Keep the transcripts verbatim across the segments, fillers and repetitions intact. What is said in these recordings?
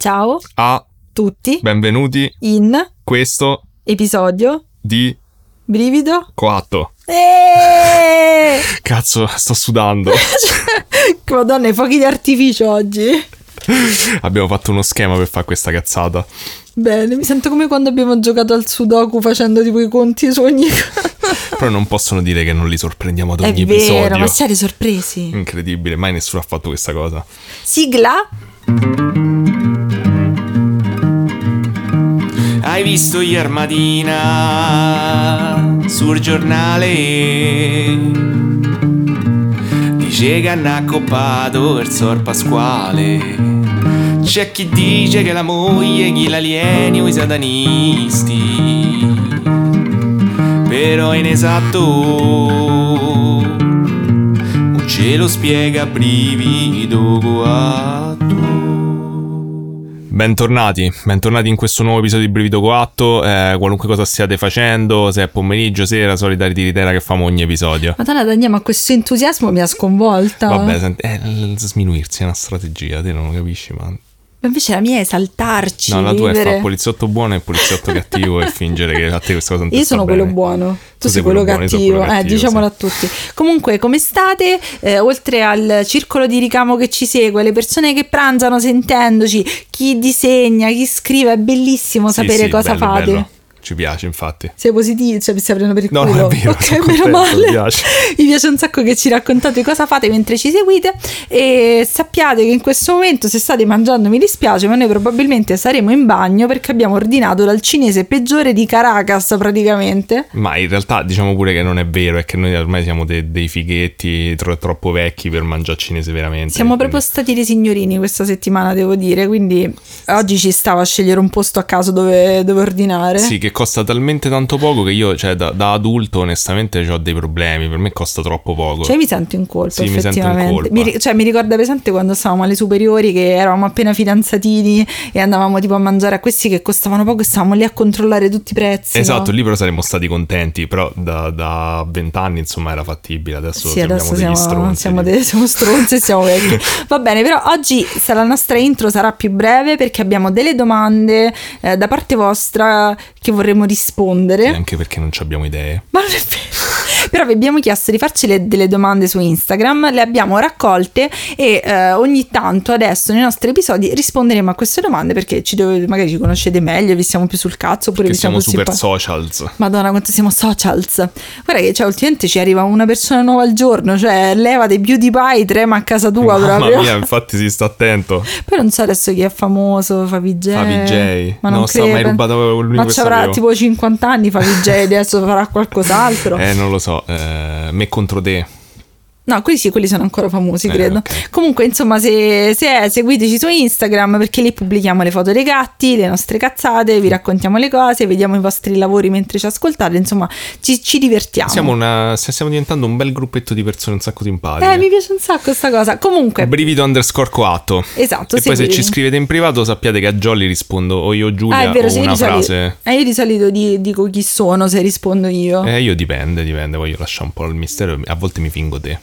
Ciao a tutti, benvenuti in questo episodio di Brivido Coatto. Eeeh! Cazzo, sto sudando. Madonna, i fuochi di artificio oggi. Abbiamo fatto uno schema per fare questa cazzata. Bene, mi sento come quando abbiamo giocato al Sudoku facendo tipo i conti su ogni cosa. Però non possono dire che non li sorprendiamo ad ogni È vero, episodio. ma siete sorpresi? Incredibile, mai nessuno ha fatto questa cosa. Sigla. Hai visto ieri mattina sul giornale? Dice che hanno accoppato il Sor Pasquale. C'è chi dice che la moglie gli l'alieni o i satanisti. Però è inesatto, non ce lo spiega Brivido Coatto. Bentornati, bentornati in questo nuovo episodio di Brivido Coatto. eh, Qualunque cosa stiate facendo, se è pomeriggio, sera, solita ritiritera che famo ogni episodio. Madonna Daniele, ma questo entusiasmo mi ha sconvolta. Vabbè, senti, eh, sminuirsi è una strategia, te non lo capisci, ma... Ma invece la mia è esaltarci. No, la tua vivere... è fare poliziotto buono e poliziotto cattivo e fingere che a te questa cosa non ti Io sta sono bene. quello buono, tu, Tu sei sei quello, quello buono, io sono cattivo, quello eh, cattivo, diciamolo sì. a tutti. Comunque, come state? Eh, oltre al circolo di ricamo che ci segue, le persone che pranzano sentendoci, chi disegna, chi scrive, è bellissimo Sì, sapere sì, cosa bello, fate. bello. Ci piace, infatti. Sei positivi, cioè mi stai prendendo per il No, culo. è vero, Ok, sono meno contento, male. mi piace. Mi piace un sacco che ci raccontate cosa fate mentre ci seguite. E sappiate che in questo momento, se state mangiando, mi dispiace, ma noi probabilmente saremo in bagno perché abbiamo ordinato dal cinese peggiore di Caracas praticamente. Ma in realtà diciamo pure che non è vero, è che noi ormai siamo de- dei fighetti tro- troppo vecchi per mangiare cinese veramente. Siamo quindi... proprio stati dei signorini questa settimana, devo dire, quindi oggi ci stava a scegliere un posto a caso dove, dove ordinare. Sì, che costa talmente tanto poco che io, cioè, da, da adulto onestamente ho dei problemi, per me costa troppo poco. Cioè mi sento in colpa, Sì, mi sento in effettivamente. colpa. Mi, ri- cioè mi ricorda pesante quando stavamo alle superiori che eravamo appena fidanzatini e andavamo tipo a mangiare a questi che costavano poco e stavamo lì a controllare tutti i prezzi. Esatto, no? lì però saremmo stati contenti, però da vent'anni insomma era fattibile, adesso Sì, adesso siamo degli siamo, stronzi. siamo, de- siamo stronzi e siamo vecchi. Va bene, però oggi sa- la nostra intro sarà più breve perché abbiamo delle domande eh, da parte vostra che vorremmo rispondere. Sì, anche perché non ci abbiamo idee. Ma non è vero. Però vi abbiamo chiesto di farci le- delle domande su Instagram, le abbiamo raccolte e eh, ogni tanto adesso nei nostri episodi risponderemo a queste domande perché ci dove, magari ci conoscete meglio, vi siamo più sul cazzo oppure Che vi siamo siamo più super simpatici. socials. Madonna quanto siamo socials. Guarda che cioè, ultimamente ci arriva una persona nuova al giorno, cioè leva dei beauty pie, trema a casa tua Mamma proprio. mia, infatti si sta attento. Poi non so adesso chi è famoso, fa V J. Fa V J. Ma non Non so, credo. mi hai rubato l'unico Ma che ci avrà sapevo. tipo cinquanta anni, fa V J, adesso farà qualcos'altro. Eh, non lo so, eh, me contro te. No, quelli sì, quelli sono ancora famosi, Eh, credo. ok. Comunque, insomma, se, se è, seguiteci su Instagram perché lì pubblichiamo le foto dei gatti, le nostre cazzate, vi raccontiamo le cose, vediamo i vostri lavori mentre ci ascoltate, insomma, ci, ci divertiamo. Siamo, una, stiamo diventando un bel gruppetto di persone un sacco simpatiche. Eh, mi piace un sacco sta cosa. Comunque, Brivido underscore coatto. esatto, E poi se seguiteci. ci scrivete in privato sappiate che a Jolly rispondo o io o Giulia Ah, è vero, o se io una di solito, frase. eh, io di solito di- dico chi sono se rispondo io. Eh, io dipende, dipende, voglio lasciare un po' il mistero, a volte mi fingo te.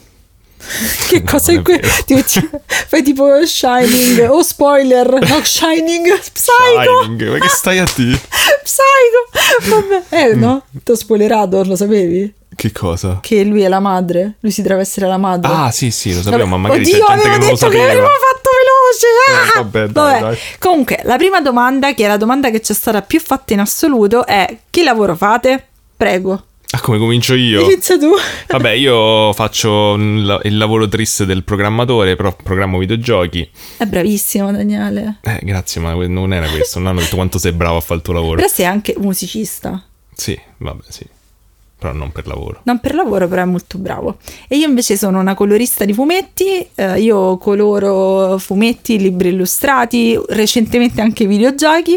Che cosa non è que- è vero. ti metti- Fai tipo Shining o oh, spoiler, no Shining, Psycho. Shining, ma che stai a dire? Psycho. Vabbè, eh no, ti ho spoilerato, lo sapevi? Che cosa? Che lui è la madre, lui si deve essere la madre. Ah, sì, sì, lo sapevo, Vabbè, ma magari oddio, c'è gente avevo che non lo detto che sapeva. l'avevo fatto veloce. Eh, Ah! vabbè, dai, dai. Comunque, la prima domanda, che è la domanda che ci è stata più fatta in assoluto, è: che lavoro fate? Prego. Ah, come comincio io? Inizia tu. Vabbè, io faccio il il lavoro triste del programmatore, però programmo videogiochi. È bravissimo, Daniele. Eh, grazie, ma non era questo, non hanno detto quanto sei bravo a fare il tuo lavoro. Però sei anche musicista. Sì, vabbè, sì. Però non per lavoro. Non per lavoro, però è molto bravo. E io invece sono una colorista di fumetti, eh, io coloro fumetti, libri illustrati, recentemente anche videogiochi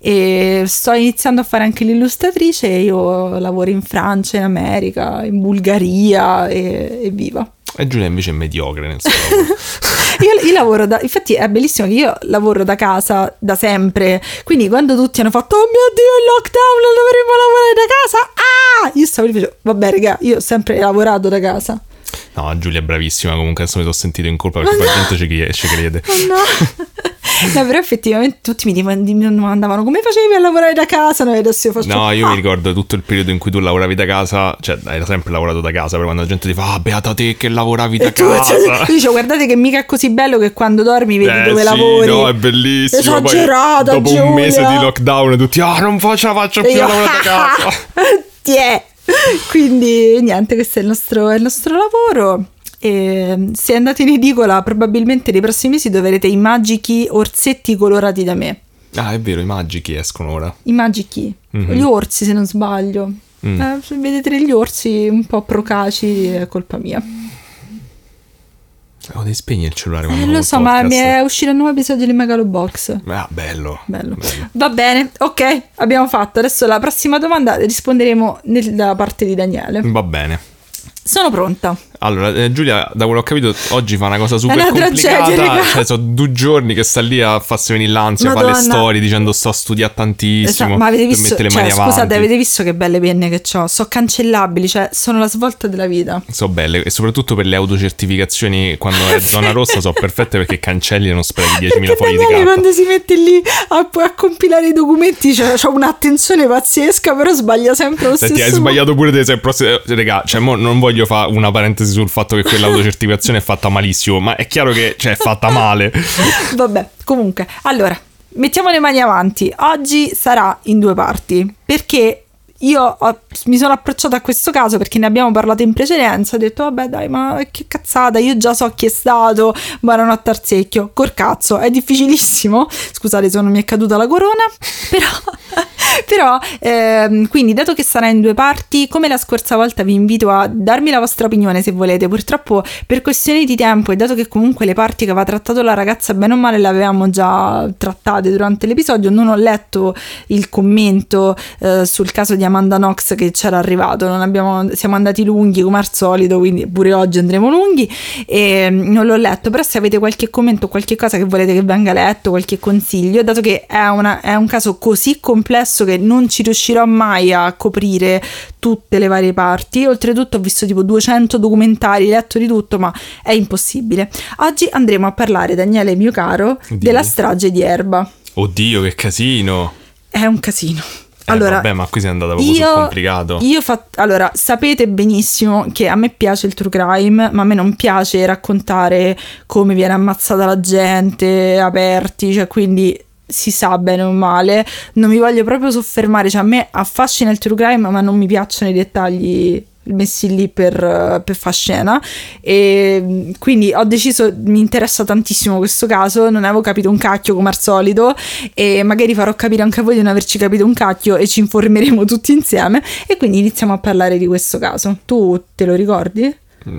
e sto iniziando a fare anche l'illustratrice. Io lavoro in Francia, in America, in Bulgaria e, e viva. E Giulia invece è mediocre nel suo lavoro. Io, io lavoro da, infatti è bellissimo che io lavoro da casa da sempre, quindi quando tutti hanno fatto oh mio Dio il lockdown non dovremmo lavorare da casa, ah io stavo lì e facevo vabbè raga, io ho sempre lavorato da casa. No, Giulia è bravissima, comunque adesso mi sono sentito in colpa perché la gente ci crede. Ci crede. Oh no. No, però effettivamente tutti mi domandavano come facevi a lavorare da casa. No, adesso io faccio... No, io ah. mi ricordo tutto il periodo in cui tu lavoravi da casa, cioè hai sempre lavorato da casa, però quando la gente ti fa ah, beata te che lavoravi da e tu, casa. Cioè, io dicevo guardate che mica è così bello che quando dormi vedi eh, dove sì, lavori. No, è bellissimo. Esagerata, poi, dopo Giulia. un mese di lockdown tutti ah non faccio, faccio più a lavorare da casa. Tiè. Quindi niente, questo è il nostro, è il nostro lavoro. E se andate in edicola probabilmente nei prossimi mesi troverete i magici orsetti colorati da me. Ah, è vero, i magici escono ora. I magici, mm-hmm. Gli orsi se non sbaglio. mm. eh, Se vedete gli orsi un po' procaci è colpa mia. Oh, devi spegnere il cellulare quando Eh, lo so, podcast. ma mi è uscito un nuovo episodio di Megalobox. Ah, bello. bello. bello. Va bene, ok, abbiamo fatto. Adesso la prossima domanda risponderemo nella parte di Daniele. Va bene. Sono pronta. Allora, eh, Giulia, da quello che ho capito, oggi fa una cosa super una complicata. tragedia, cioè, sono due giorni che sta lì a farsi venire l'ansia, fa le storie dicendo sto a studiare tantissimo. Esatto, ma avete visto, mette le cioè, mani scusate, avanti. avete visto che belle penne che ho? Sono cancellabili, cioè sono la svolta della vita. So belle, e soprattutto per le autocertificazioni quando è zona rossa sono perfette perché cancelli e non sprechi diecimila fogli di carta. Quando si mette lì a, a compilare i documenti c'ha, c'ha un'attenzione pazzesca, però sbaglia sempre lo Senti, stesso. hai sbagliato pure te, sei prossimo. Regà, cioè, mo non voglio fare una parentesi sul fatto che quella autocertificazione è fatta malissimo, ma è chiaro che cioè, è fatta male. Vabbè, comunque, allora, mettiamo le mani avanti. Oggi sarà in due parti, perché io ho, mi sono approcciata a questo caso perché ne abbiamo parlato in precedenza. Ho detto, vabbè dai, ma che cazzata, io già so chi è stato, buonanotte al secchio. Col cazzo, è difficilissimo. Scusate se non mi è caduta la corona, però... Però, ehm, quindi, dato che sarà in due parti, come la scorsa volta vi invito a darmi la vostra opinione se volete. Purtroppo, per questioni di tempo e dato che comunque le parti che aveva trattato la ragazza bene o male le avevamo già trattate durante l'episodio, non ho letto il commento eh, sul caso di Amanda Knox che c'era arrivato. Non abbiamo, siamo andati lunghi come al solito, quindi pure oggi andremo lunghi e non l'ho letto. Però se avete qualche commento, qualche cosa che volete che venga letto, qualche consiglio, dato che è, una, è un caso così complesso che non ci riuscirò mai a coprire tutte le varie parti. Oltretutto ho visto tipo duecento documentari, letto di tutto, ma è impossibile. Oggi andremo a parlare, Daniele mio caro, Oddio. della strage di Erba. Oddio, che casino. È un casino. Eh, Allora, vabbè, ma qui sei andata proprio io, sul complicato. Io fa, allora, sapete benissimo che a me piace il true crime, ma a me non piace raccontare come viene ammazzata la gente, aperti, cioè quindi si sa bene o male, non mi voglio proprio soffermare, cioè a me affascina il true crime ma non mi piacciono i dettagli messi lì per, per far scena e quindi ho deciso, mi interessa tantissimo questo caso, non avevo capito un cacchio come al solito e magari farò capire anche a voi di non averci capito un cacchio e ci informeremo tutti insieme e quindi iniziamo a parlare di questo caso. Tu te lo ricordi?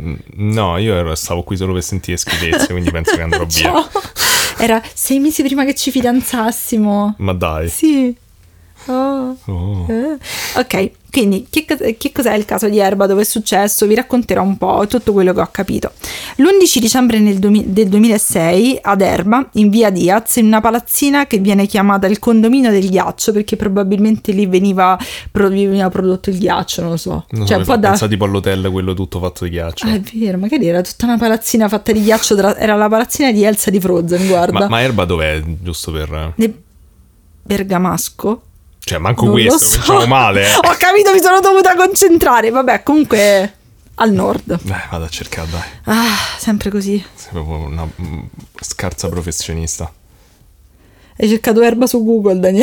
No, io ero, stavo qui solo per sentire schifezze, quindi penso che andrò via. Era sei mesi prima che ci fidanzassimo. Ma dai. Sì. Oh. Oh. Eh. Ok, quindi che, che cos'è il caso di Erba, dove è successo? Vi racconterò un po' tutto quello che ho capito. L'undici dicembre nel du- del duemilasei ad Erba, in via Diaz, in una palazzina che viene chiamata il condominio del ghiaccio, perché probabilmente lì veniva, pro- veniva prodotto il ghiaccio, non lo so. Non cioè, so, un po' da... pensa tipo all'hotel quello tutto fatto di ghiaccio. Ah, è vero, magari era tutta una palazzina fatta di ghiaccio, tra... era la palazzina di Elsa di Frozen, guarda. Ma, ma Erba dov'è, giusto per... De... Bergamasco? Cioè, manco Non questo, so. cominciamo male. Eh. Ho capito, mi sono dovuta concentrare. Vabbè, comunque al nord. Dai, vado a cercare, dai. Ah, sempre così. Sei proprio una mm, scarsa professionista. Hai cercato Erba su Google, Daniele.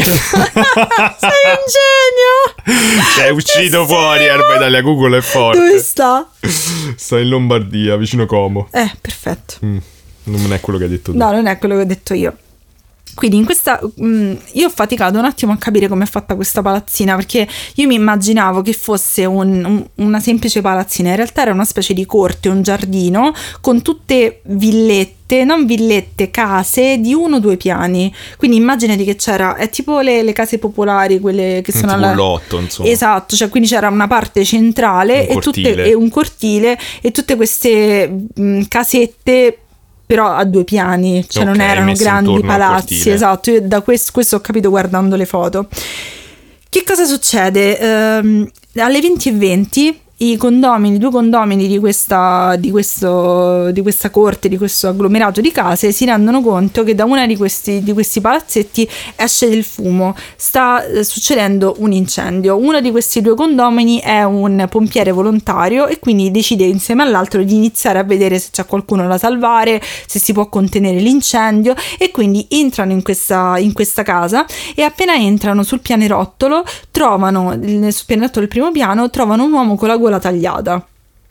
Sei un genio. Cioè, è uscito fuori Erba Italia, Google è forte. Dove sta? Sta in Lombardia, vicino Como. Eh, perfetto. Mm, non è quello che hai detto tu. No, non è quello che ho detto io. Quindi in questa mh, io ho faticato un attimo a capire come è fatta questa palazzina, perché io mi immaginavo che fosse un, un, una semplice palazzina, in realtà era una specie di corte, un giardino con tutte villette, non villette, case di uno o due piani. Quindi immaginati che c'era, è tipo le, le case popolari, quelle che sono tipo alla... un lotto, insomma. Esatto, cioè quindi c'era una parte centrale un e, tutte, e un cortile e tutte queste mh, casette però a due piani, cioè okay, non erano grandi palazzi. Esatto, io da questo, questo ho capito guardando le foto. Che cosa succede? Ehm, alle venti e venti i condomini, i due condomini di questa, di, questo, di questa corte, di questo agglomerato di case, si rendono conto che da una di questi, di questi palazzetti esce del fumo, sta eh, succedendo un incendio. Uno di questi due condomini è un pompiere volontario e quindi decide insieme all'altro di iniziare a vedere se c'è qualcuno da salvare, se si può contenere l'incendio, e quindi entrano in questa, in questa casa, e appena entrano sul pianerottolo trovano, sul pianerottolo del primo piano, trovano un uomo con la gola tagliata.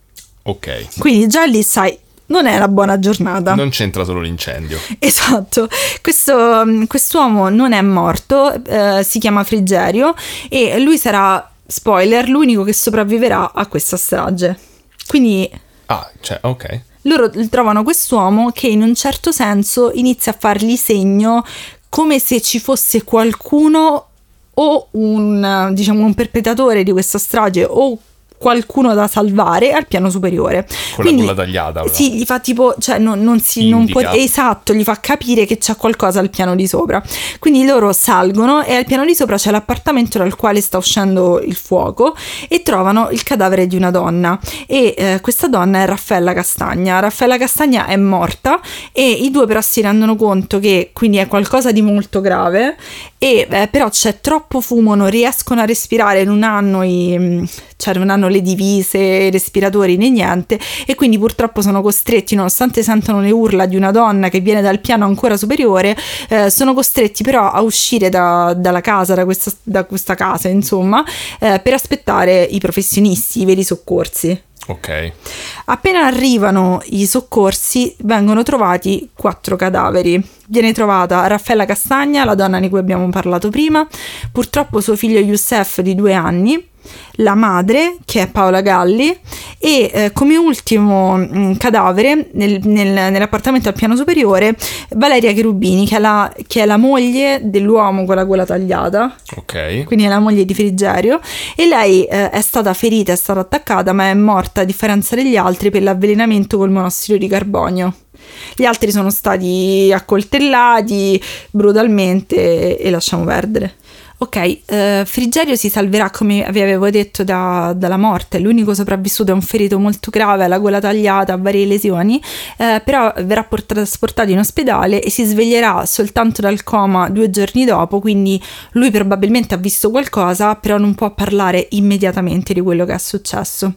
Ok. Quindi già lì sai, non è una buona giornata. Non c'entra solo l'incendio. Esatto. Questo quest'uomo non è morto, eh, si chiama Frigerio, e lui sarà, spoiler, l'unico che sopravviverà a questa strage. Quindi Ah, cioè, ok. loro trovano quest'uomo che in un certo senso inizia a fargli segno, come se ci fosse qualcuno, o un, diciamo, un perpetratore di questa strage, o qualcuno da salvare al piano superiore. Con Quindi, la gola tagliata. Però. Sì, gli fa tipo, cioè non, non si non può, esatto, gli fa capire che c'è qualcosa al piano di sopra. Quindi loro salgono e al piano di sopra c'è l'appartamento dal quale sta uscendo il fuoco, e trovano il cadavere di una donna, e eh, questa donna è Raffaella Castagna. Raffaella Castagna è morta, e i due però si rendono conto che quindi è qualcosa di molto grave, e eh, però c'è troppo fumo, non riescono a respirare, non hanno i cioè non hanno le divise, i respiratori né niente, e quindi purtroppo sono costretti, nonostante sentano le urla di una donna che viene dal piano ancora superiore, eh, sono costretti però a uscire da, dalla casa, da questa, da questa casa insomma, eh, per aspettare i professionisti, i veri soccorsi. Ok. Appena arrivano i soccorsi vengono trovati quattro cadaveri. Viene trovata Raffaella Castagna, la donna di cui abbiamo parlato prima, purtroppo suo figlio Youssef di due anni, la madre che è Paola Galli, e eh, come ultimo mh, cadavere nel, nel, nell'appartamento al piano superiore Valeria Cherubini, che è, la, che è la moglie dell'uomo con la gola tagliata. Ok. Quindi è la moglie di Frigerio, e lei eh, è stata ferita, è stata attaccata, ma è morta a differenza degli altri per l'avvelenamento col monossido di carbonio. Gli altri sono stati accoltellati brutalmente, e, e lasciamo perdere. Ok, eh, Frigerio si salverà, come vi avevo detto, da, dalla morte. L'unico sopravvissuto è un ferito molto grave, alla gola tagliata, ha varie lesioni, eh, però verrà portato, trasportato in ospedale e si sveglierà soltanto dal coma due giorni dopo, quindi lui probabilmente ha visto qualcosa, però non può parlare immediatamente di quello che è successo.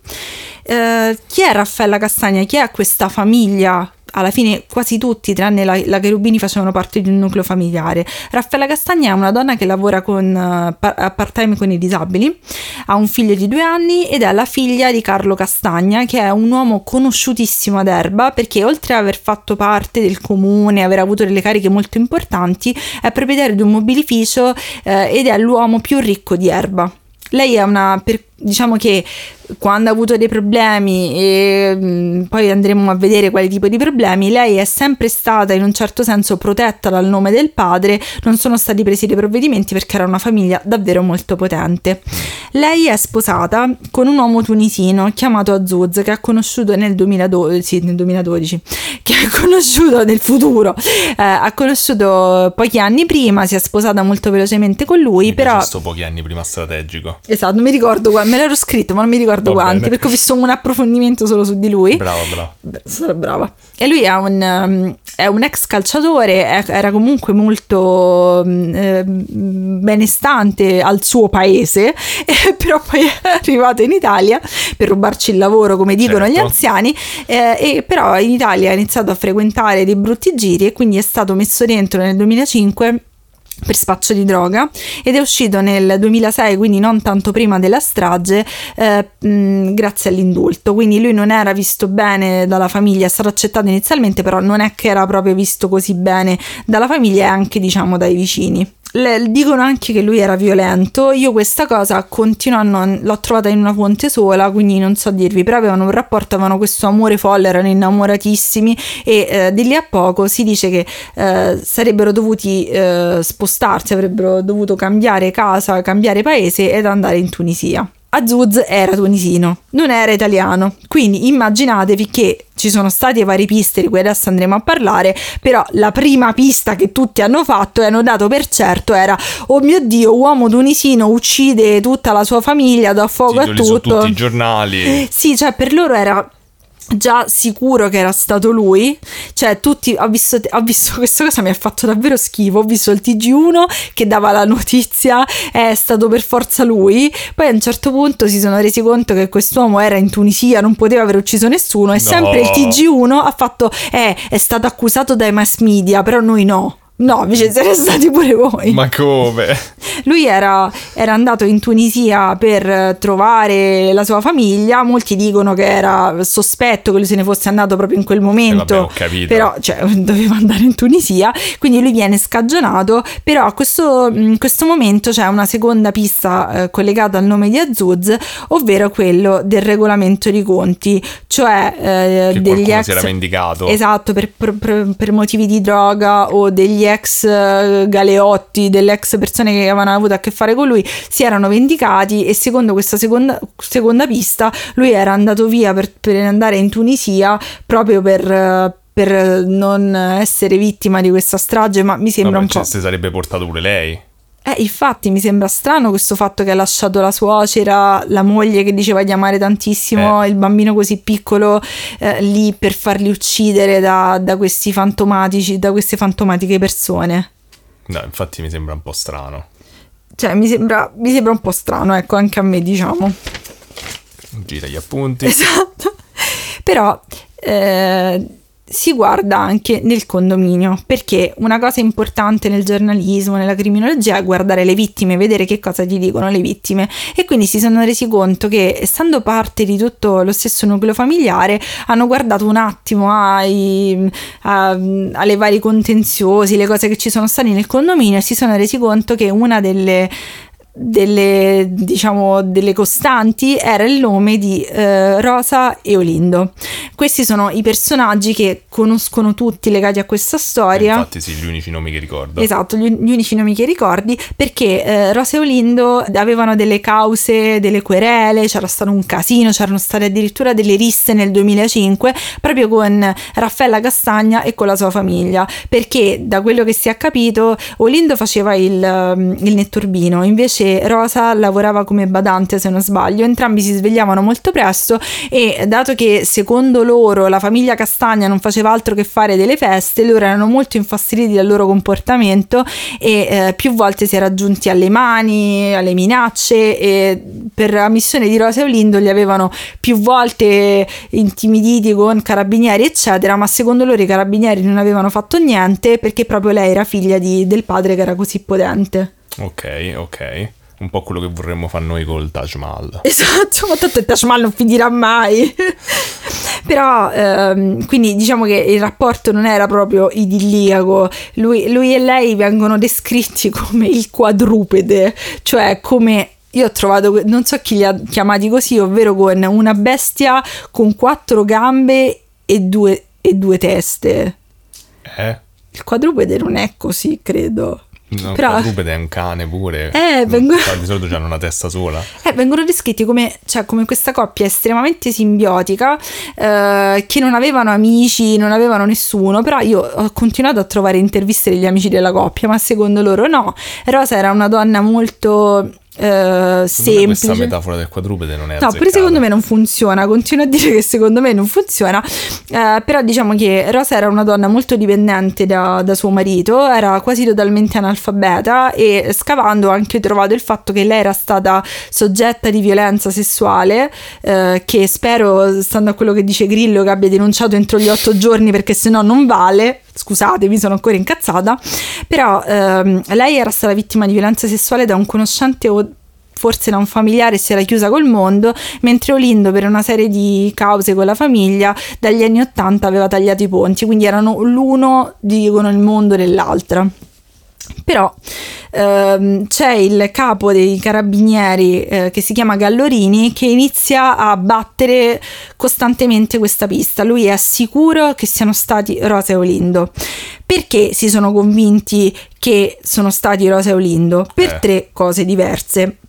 Eh, chi è Raffaella Castagna? Chi è questa famiglia? Alla fine quasi tutti, tranne la, la Cherubini, facevano parte di un nucleo familiare. Raffaella Castagna è una donna che lavora con, uh, part-time con i disabili, ha un figlio di due anni ed è la figlia di Carlo Castagna, che è un uomo conosciutissimo ad Erba, perché oltre ad aver fatto parte del comune, aver avuto delle cariche molto importanti, è proprietario di un mobilificio eh, ed è l'uomo più ricco di Erba. Lei è una, per, diciamo che quando ha avuto dei problemi, e mh, poi andremo a vedere quali tipo di problemi, lei è sempre stata in un certo senso protetta dal nome del padre, non sono stati presi dei provvedimenti perché era una famiglia davvero molto potente. Lei è sposata con un uomo tunisino chiamato Azzouz, che ha conosciuto nel duemiladodici, sì, nel duemiladodici, che ha conosciuto nel futuro, eh, ha conosciuto pochi anni prima, si è sposata molto velocemente con lui. Mi però sto pochi anni prima strategico. Esatto, non mi ricordo qua, me l'ero scritto ma non mi ricordo Va quanti, bene. perché ho visto un approfondimento solo su di lui. Brava, brava. Beh, sarà brava. E lui è un, um, è un ex calciatore, è, era comunque molto um, eh, benestante al suo paese, eh, però poi è arrivato in Italia per rubarci il lavoro, come dicono Certo. gli anziani, eh, e però in Italia ha iniziato a frequentare dei brutti giri, e quindi è stato messo dentro nel duemilacinque per spaccio di droga, ed è uscito nel duemilasei, quindi non tanto prima della strage, eh, mh, grazie all'indulto. Quindi lui non era visto bene dalla famiglia, è stato accettato inizialmente, però non è che era proprio visto così bene dalla famiglia e anche, diciamo, dai vicini. Le, dicono anche che lui era violento. Io questa cosa continuo a non, l'ho trovata in una fonte sola, quindi non so dirvi, però avevano un rapporto, avevano questo amore folle, erano innamoratissimi, e eh, di lì a poco si dice che eh, sarebbero dovuti eh, spostarsi, avrebbero dovuto cambiare casa, cambiare paese ed andare in Tunisia. Azzouz era tunisino, non era italiano, quindi immaginatevi che ci sono stati vari piste di cui adesso andremo a parlare, però la prima pista che tutti hanno fatto e hanno dato per certo era: oh mio Dio, uomo tunisino uccide tutta la sua famiglia, dà fuoco a tutto. Su tutti i giornali. Sì, cioè per loro era già sicuro che era stato lui, cioè tutti, ho visto, ho visto questa cosa, mi ha fatto davvero schifo, ho visto il T G uno che dava la notizia è stato per forza lui, poi a un certo punto si sono resi conto che quest'uomo era in Tunisia, non poteva aver ucciso nessuno e No. sempre il T G uno ha fatto eh, è stato accusato dai mass media, però noi no. No, invece siete stati pure voi. Ma come? Lui era, era andato in Tunisia per trovare la sua famiglia. Molti dicono che era sospetto che lui se ne fosse andato proprio in quel momento. Eh vabbè, ho capito. Però, cioè, doveva andare in Tunisia. Quindi lui viene scagionato. Però a questo, in questo momento c'è una seconda pista eh, collegata al nome di Azzouz, ovvero quello del regolamento di conti. Cioè eh, Che degli qualcuno ex... si era vendicato. Esatto, per, per, per motivi di droga o degli ex galeotti, delle ex persone che avevano avuto a che fare con lui, si erano vendicati e secondo questa seconda, seconda pista lui era andato via per, per andare in Tunisia proprio per, per non essere vittima di questa strage, ma mi sembra No, un cioè, po'... si sarebbe portato pure lei. Eh, infatti mi sembra strano questo fatto che ha lasciato la suocera, la moglie che diceva di amare tantissimo, Eh. il bambino così piccolo eh, lì per farli uccidere da, da questi fantomatici, da queste fantomatiche persone. No, infatti mi sembra un po' strano. Cioè mi sembra, mi sembra un po' strano, ecco, anche a me, diciamo. Gira gli appunti. Esatto. Però eh, si guarda anche nel condominio, perché una cosa importante nel giornalismo, nella criminologia, è guardare le vittime, vedere che cosa ti dicono le vittime, e quindi si sono resi conto che, essendo parte di tutto lo stesso nucleo familiare, hanno guardato un attimo ai, a, alle vari contenziosi, le cose che ci sono stati nel condominio, e si sono resi conto che una delle delle diciamo delle costanti era il nome di eh, Rosa e Olindo. Questi sono i personaggi che conoscono tutti, legati a questa storia. Eh, infatti sì, gli unici nomi che ricordo. Esatto, gli, gli unici nomi che ricordi, perché eh, Rosa e Olindo avevano delle cause, delle querele, c'era stato un casino, c'erano state addirittura delle risse nel duemilacinque proprio con Raffaella Castagna e con la sua famiglia, perché da quello che si è capito Olindo faceva il, il netturbino, invece Rosa lavorava come badante, se non sbaglio. Entrambi si svegliavano molto presto e, dato che secondo loro la famiglia Castagna non faceva altro che fare delle feste, loro erano molto infastiditi dal loro comportamento e eh, più volte si era giunti alle mani, alle minacce, e per ammissione di Rosa e Olindo li avevano più volte intimiditi con carabinieri eccetera, ma secondo loro i carabinieri non avevano fatto niente perché proprio lei era figlia di, del padre che era così potente. Ok, ok. Un po' quello che vorremmo fare noi col Taj Mahal. Esatto, ma tanto il Taj Mahal non finirà mai. Però ehm, quindi diciamo che il rapporto non era proprio idilliaco. Lui, lui e lei vengono descritti come il quadrupede, cioè come... Io ho trovato, non so chi li ha chiamati così, ovvero con una bestia con quattro gambe e due, e due teste. Eh? Il quadrupede non è così, credo. No, Però... quadrupede è un cane pure. Eh, vengono... Di solito hanno una testa sola. Eh, vengono descritti come, cioè, come questa coppia estremamente simbiotica, eh, che non avevano amici, non avevano nessuno. Però io ho continuato a trovare interviste degli amici della coppia, ma secondo loro no. Rosa era una donna molto... Uh, semplice. Questa metafora del quadrupede non è no, azzeccata. pure secondo me non funziona, continuo a dire che secondo me non funziona, uh, però diciamo che Rosa era una donna molto dipendente da, da suo marito, era quasi totalmente analfabeta, e scavando ho anche trovato il fatto che lei era stata soggetta di violenza sessuale, uh, che spero, stando a quello che dice Grillo, che abbia denunciato entro gli otto giorni, perché sennò non vale. Scusatemi, sono ancora incazzata. Però ehm, lei era stata vittima di violenza sessuale da un conoscente o forse da un familiare, si era chiusa col mondo, mentre Olindo, per una serie di cause con la famiglia, dagli anni ottanta aveva tagliato i ponti, quindi erano l'uno, dicono, il mondo dell'altra. Però ehm, c'è il capo dei carabinieri eh, che si chiama Gallorini, che inizia a battere costantemente questa pista. Lui è sicuro che siano stati Rosa e Olindo. Perché si sono convinti che sono stati Rosa e Olindo? Per Eh. tre cose diverse.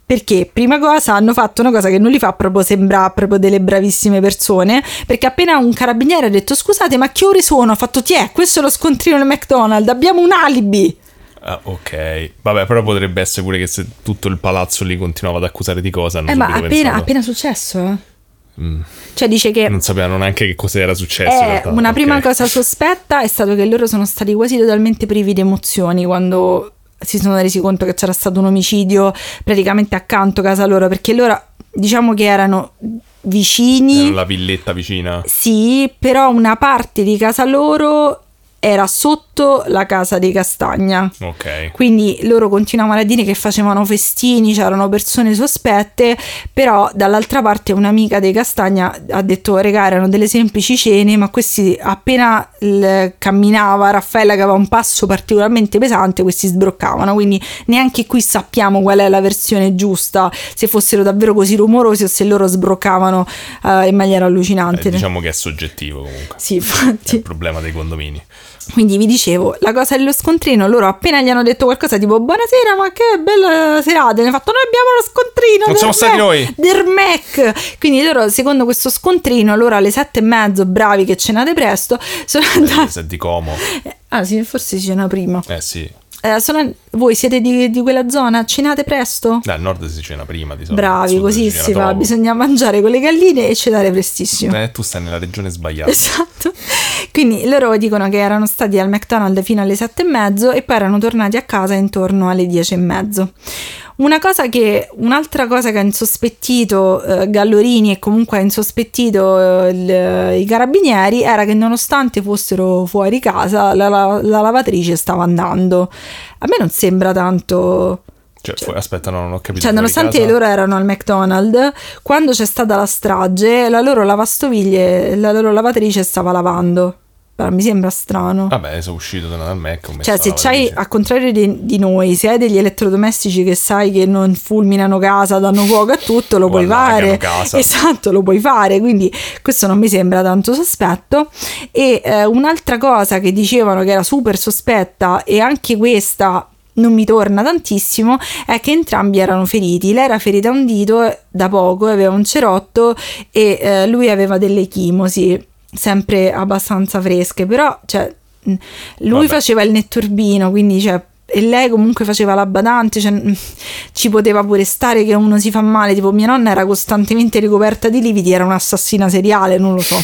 Perché, prima cosa, hanno fatto una cosa che non li fa proprio sembrare proprio delle bravissime persone, perché appena un carabiniere ha detto scusate ma che ore sono, ha fatto tiè, questo è lo scontrino del McDonald's, abbiamo un alibi. Ah, ok, vabbè, però potrebbe essere pure che se tutto il palazzo lì continuava ad accusare di cosa hanno Eh ma subito appena, pensato. appena successo, eh? Mm. Cioè dice che Non sapevano neanche che cosa era successo. in Eh, realtà. una prima Ok. cosa sospetta è stato che loro sono stati quasi totalmente privi di emozioni quando si sono resi conto che c'era stato un omicidio praticamente accanto a casa loro, perché loro diciamo che erano vicini, Era la villetta vicina. sì, però una parte di casa loro era sotto la casa dei Castagna. Ok. Quindi loro continuavano a dire che facevano festini, c'erano persone sospette, però dall'altra parte un'amica dei Castagna ha detto regà erano delle semplici cene, ma questi appena il, camminava Raffaella che aveva un passo particolarmente pesante, questi sbroccavano, quindi neanche qui sappiamo qual è la versione giusta, se fossero davvero così rumorosi o se loro sbroccavano uh, in maniera allucinante. Eh, diciamo che è soggettivo comunque. Sì, È infatti. il problema dei condomini. Quindi vi dicevo, la cosa dello scontrino, loro appena gli hanno detto qualcosa tipo buonasera, ma che bella serata, ne hanno fatto noi abbiamo lo scontrino Non del siamo stati Mac- noi. del Mac. Quindi loro secondo questo scontrino, loro alle sette e mezzo, bravi che cenate presto, sono andati. Se di Como. Ah sì, forse si cena prima. Eh sì. Eh, sono... Voi siete di, di quella zona, cenate presto? Dai, al nord si cena prima di solito. Bravi, al sud così cena si fa, dopo. bisogna mangiare con le galline e cenare prestissimo. Beh, tu stai nella regione sbagliata. Esatto. Quindi loro dicono che erano stati al McDonald's fino alle sette e mezzo e poi erano tornati a casa intorno alle dieci e mezzo. Una cosa che, un'altra cosa che ha insospettito eh, Gallorini e comunque ha insospettito eh, il, i carabinieri era che nonostante fossero fuori casa la, la, la lavatrice stava andando. A me non sembra tanto... Cioè, fu- aspetta, no, non ho capito. Cioè, fuori nonostante casa- loro erano al McDonald's, quando c'è stata la strage, la loro lavastoviglie, la loro lavatrice stava lavando. Però mi sembra strano. Vabbè, sono uscito dal Mac. ho messo Cioè, se la c'hai, lavatrice. a contrario di, di noi, se hai degli elettrodomestici che sai che non fulminano casa, danno fuoco a tutto, lo O puoi allagano fare. casa. Esatto, lo puoi fare. Quindi questo non mi sembra tanto sospetto. E eh, un'altra cosa che dicevano che era super sospetta, e anche questa non mi torna tantissimo, è che entrambi erano feriti. Lei era ferita a un dito da poco, aveva un cerotto e eh, lui aveva delle chimosi sempre abbastanza fresche, però cioè, mh, lui Vabbè. faceva il netturbino, quindi cioè, e lei comunque faceva la badante, cioè, mh, ci poteva pure stare che uno si fa male, tipo mia nonna era costantemente ricoperta di lividi, era un'assassina seriale, non lo so.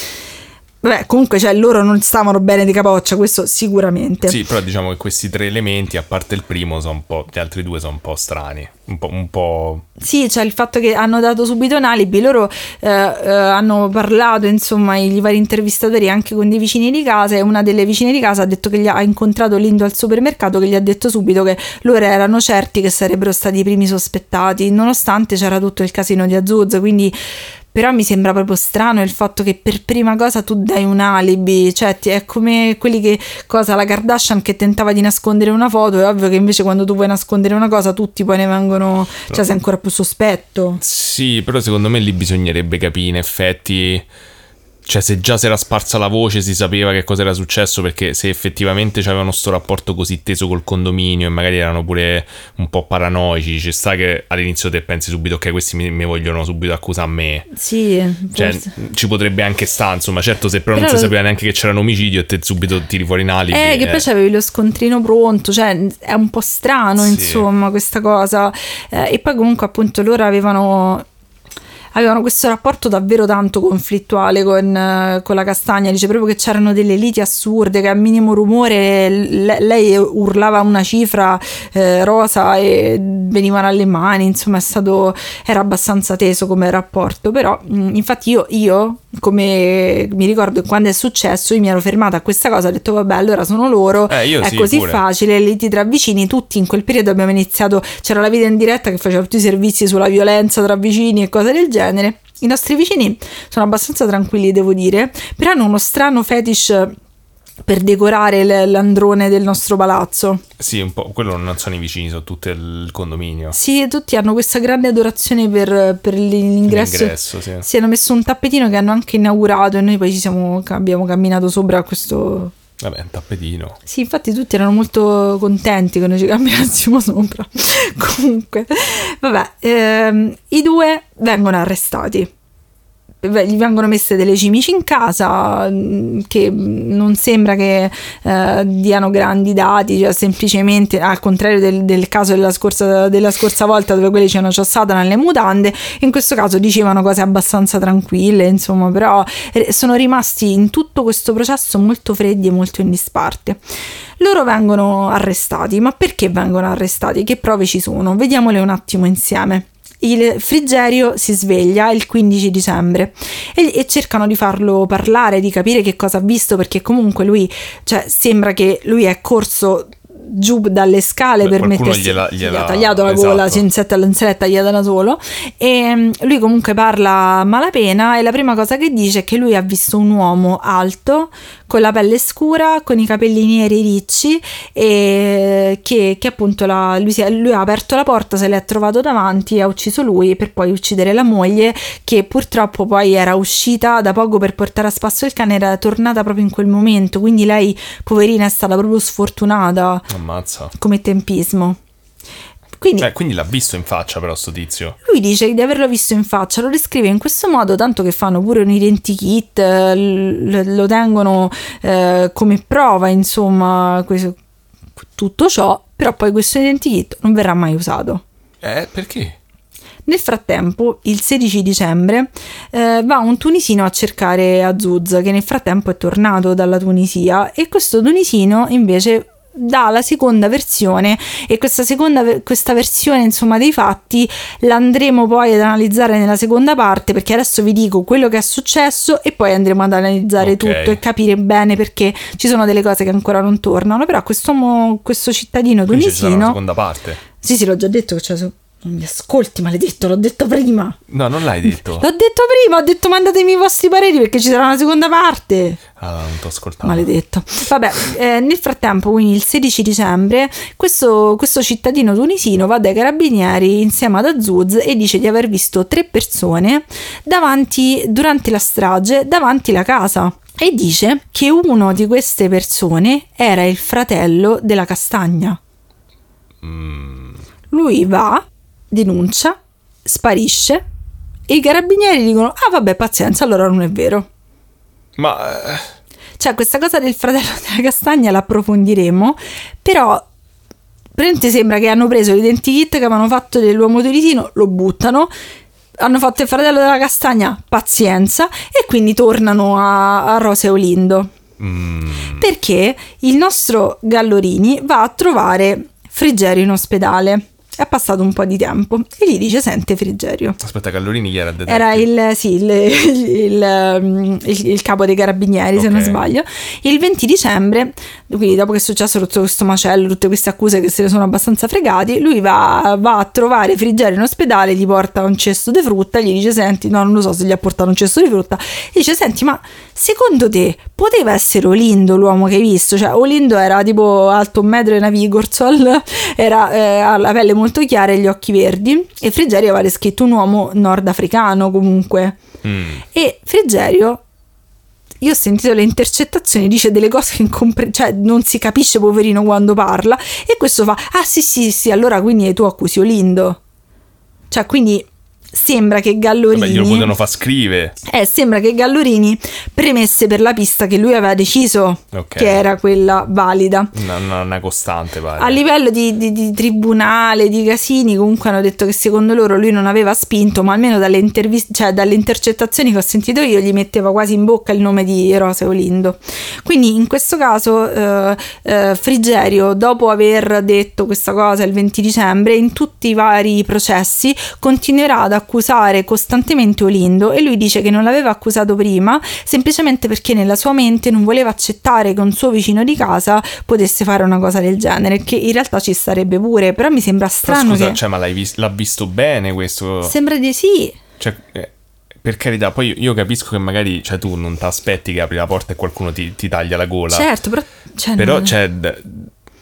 Vabbè, comunque cioè, loro non stavano bene di capoccia, questo sicuramente. Sì, però diciamo che questi tre elementi, a parte il primo, sono un po'. Gli altri due sono un po' strani. Un po'. Un po'... Sì, cioè il fatto che hanno dato subito un alibi, loro eh, eh, hanno parlato, insomma, i vari intervistatori anche con dei vicini di casa, e una delle vicine di casa ha detto che gli ha incontrato Lindo al supermercato, che gli ha detto subito che loro erano certi che sarebbero stati i primi sospettati, nonostante c'era tutto il casino di Azzuzzo, quindi... Però mi sembra proprio strano il fatto che per prima cosa tu dai un alibi, cioè ti- è come quelli che, cosa, la Kardashian che tentava di nascondere una foto, è ovvio che invece quando tu vuoi nascondere una cosa tutti poi ne vengono, cioè sei ancora più sospetto. Sì, però secondo me lì bisognerebbe capire in effetti. Cioè, se già si era sparsa la voce, si sapeva che cosa era successo, perché se effettivamente avevano sto rapporto così teso col condominio e magari erano pure un po' paranoici, ci sta che all'inizio te pensi subito ok, questi mi, mi vogliono subito accusare a me. Sì, Cioè, forse. ci potrebbe anche stare, insomma, certo, se però, Però non si lo- sapeva neanche che c'era un omicidio e te subito tiri fuori un alibi. Eh, che poi c'avevi lo scontrino pronto, cioè è un po' strano, Sì. insomma, questa cosa. Eh, e poi comunque appunto loro avevano avevano questo rapporto davvero tanto conflittuale con, eh, con la Castagna, dice proprio che c'erano delle liti assurde, che al minimo rumore le- lei urlava una cifra eh, rosa e venivano alle mani, insomma è stato, era abbastanza teso come rapporto, però mh, infatti io, io come mi ricordo che quando è successo io mi ero fermata a questa cosa, ho detto vabbè allora sono loro, Eh, io è sì, così pure. facile, liti tra vicini, tutti in quel periodo abbiamo iniziato, c'era la vita in diretta che faceva tutti i servizi sulla violenza tra vicini e cose del genere. I nostri vicini sono abbastanza tranquilli, devo dire, però hanno uno strano fetish per decorare l- l'androne del nostro palazzo. Sì, un po'. Quello non sono i vicini, sono tutto il condominio. Sì, tutti hanno questa grande adorazione per, per l'ingresso. L'ingresso, sì. Si hanno messo un tappetino che hanno anche inaugurato e noi poi ci siamo, abbiamo camminato sopra a questo Vabbè, un tappetino. Sì, infatti tutti erano molto contenti che noi ci camminassimo sopra. Comunque, vabbè, ehm, i due vengono arrestati. Gli vengono messe delle cimici in casa che non sembra che eh, diano grandi dati, cioè semplicemente al contrario del, del caso della scorsa, della scorsa volta dove quelli ci hanno ciossato nelle mutande, in questo caso dicevano cose abbastanza tranquille, insomma, però sono rimasti in tutto questo processo molto freddi e molto in disparte. Loro vengono arrestati, ma perché vengono arrestati? Che prove ci sono? Vediamole un attimo insieme. Il Frigerio si sveglia il quindici dicembre e, e cercano di farlo parlare, di capire che cosa ha visto, perché comunque lui, cioè, sembra che lui è corso giù dalle scale. Beh, per mettersi gliela, gliela, gli ha tagliato la esatto. gola, in setta all'insaletta tagliata da solo, e lui comunque parla a malapena e la prima cosa che dice è che lui ha visto un uomo alto con la pelle scura, con i capelli neri ricci, e che, che appunto la, lui, si è, lui ha aperto la porta, se l'è trovato davanti, ha ucciso lui per poi uccidere la moglie, che purtroppo poi era uscita da poco per portare a spasso il cane, era tornata proprio in quel momento, quindi lei poverina è stata proprio sfortunata. Ammazza. Come tempismo. Quindi, cioè, quindi l'ha visto in faccia però sto tizio. Lui dice di averlo visto in faccia, lo descrive in questo modo, tanto che fanno pure un identikit, l- lo tengono eh, come prova, insomma, questo, tutto ciò, però poi questo identikit non verrà mai usato. Eh, perché? Nel frattempo, il sedici dicembre, eh, va un tunisino a cercare Azouz, che nel frattempo è tornato dalla Tunisia, e questo tunisino invece dà la seconda versione, e questa seconda questa versione insomma dei fatti l'andremo poi ad analizzare nella seconda parte, perché adesso vi dico quello che è successo e poi andremo ad analizzare okay. tutto e capire bene perché ci sono delle cose che ancora non tornano. Però quest'uomo, questo cittadino quindi tunisino, ci sarà una seconda parte. Sì sì, l'ho già detto che c'è su... Non mi ascolti, maledetto, l'ho detto prima. No, non l'hai detto. L'ho detto prima, ho detto mandatemi i vostri pareri perché ci sarà una seconda parte. Ah, non t'ho ascoltato. Maledetto. Vabbè, eh, nel frattempo, quindi il sedici dicembre, questo, questo cittadino tunisino va dai carabinieri insieme ad Azouz e dice di aver visto tre persone davanti, durante la strage, davanti la casa. E dice che uno di queste persone era il fratello della Castagna. Mm. Lui va, denuncia, sparisce e i carabinieri dicono ah vabbè, pazienza, allora non è vero. Ma cioè, questa cosa del fratello della Castagna la approfondiremo, però praticamente sembra che hanno preso l'identikit che avevano fatto dell'uomo tunisino, lo buttano, hanno fatto il fratello della Castagna, pazienza, e quindi tornano a, a Rosa e Olindo. mm. Perché il nostro Gallorini va a trovare Frigerio in ospedale. È passato un po' di tempo e gli dice: sente Frigerio. Aspetta, Gallorini chi era? Era il, sì, il, il, il, il capo dei carabinieri, okay. se non sbaglio. Il venti dicembre, quindi dopo che è successo tutto questo macello, tutte queste accuse che se ne sono abbastanza fregati, lui va, va a trovare Frigerio in ospedale, gli porta un cesto di frutta, gli dice: senti, no, non lo so se gli ha portato un cesto di frutta, gli dice: senti, ma secondo te poteva essere Olindo l'uomo che hai visto? Cioè, Olindo era tipo alto un metro e una Vigorsol, era eh, alla pelle molto molto chiara e gli occhi verdi, e Frigerio aveva descritto un uomo nordafricano comunque. mm. E Frigerio, io ho sentito le intercettazioni, dice delle cose che incompre- cioè non si capisce poverino quando parla, e questo fa ah sì sì sì allora quindi tu accusi Olindo, cioè quindi sembra che Gallorini Vabbè, glielo potevano far scrivere. Eh, sembra che Gallorini premesse per la pista che lui aveva deciso okay. che era quella valida. Una, una, una costante, pare. A livello di, di, di tribunale, di casini, comunque hanno detto che secondo loro lui non aveva spinto, ma almeno dalle interviste, cioè dalle intercettazioni che ho sentito io, gli metteva quasi in bocca il nome di Rosa e Olindo. Quindi in questo caso eh, eh, Frigerio, dopo aver detto questa cosa il venti dicembre, in tutti i vari processi continuerà ad accusare costantemente Olindo, e lui dice che non l'aveva accusato prima semplicemente perché nella sua mente non voleva accettare che un suo vicino di casa potesse fare una cosa del genere, che in realtà ci starebbe pure, però mi sembra strano. Però scusa, che... cioè, ma l'hai vis- l'ha visto bene questo? Sembra di sì. Cioè, eh, per carità, poi io capisco che magari, cioè, tu non ti aspetti che apri la porta e qualcuno ti, ti taglia la gola. Certo, però... Cioè, però, non... cioè... D-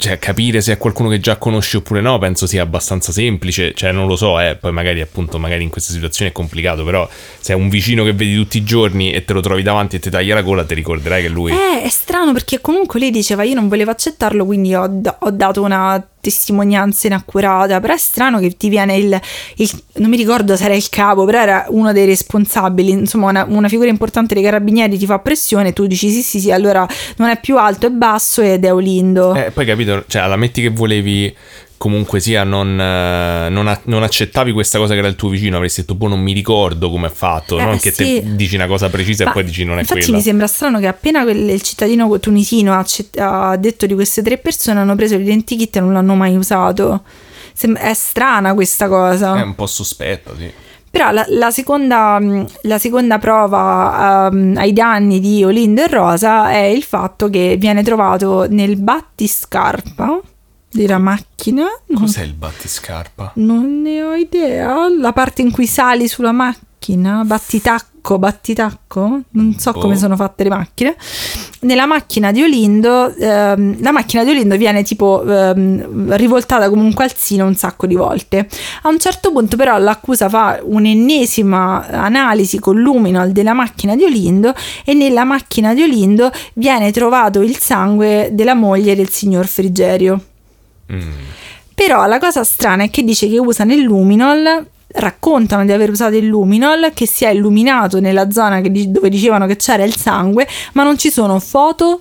cioè, capire se è qualcuno che già conosci oppure no, penso sia abbastanza semplice, cioè non lo so, eh, poi magari appunto magari in queste situazioni è complicato, però se è un vicino che vedi tutti i giorni e te lo trovi davanti e ti taglia la gola, ti ricorderai che lui... Eh, è strano perché comunque lei diceva io non volevo accettarlo, quindi ho, ho dato una testimonianza inaccurata, però è strano che ti viene il, il non mi ricordo se era il capo, però era uno dei responsabili, insomma una, una figura importante dei carabinieri ti fa pressione e tu dici sì sì sì, allora non è più alto, è basso ed è Olindo. Eh, poi capito, cioè alla metti che volevi comunque sia non, non, non accettavi questa cosa che era il tuo vicino, avresti detto boh non mi ricordo come è fatto, eh, non che sì. Te dici una cosa precisa. Ma e poi dici non è infatti quella. Mi sembra strano che appena quel, il cittadino tunisino ha, ha detto di queste tre persone hanno preso l'identikit e non l'hanno mai usato. Sem- è strana questa cosa, è un po' sospetta, sì. Però la, la, seconda, la seconda prova um, ai danni di Olindo e Rosa è il fatto che viene trovato nel battiscarpa della macchina. Cos'è il battiscarpa? Non ne ho idea. La parte in cui sali sulla macchina, battitacco, battitacco, non so oh. come sono fatte le macchine. Nella macchina di Olindo, ehm, la macchina di Olindo viene tipo ehm, rivoltata come un calzino un sacco di volte. A un certo punto però l'accusa fa un'ennesima analisi con luminol della macchina di Olindo e nella macchina di Olindo viene trovato il sangue della moglie del signor Frigerio. Mm. Però la cosa strana è che dice che usano il luminol, raccontano di aver usato il luminol, che si è illuminato nella zona che, dove dicevano che c'era il sangue, ma non ci sono foto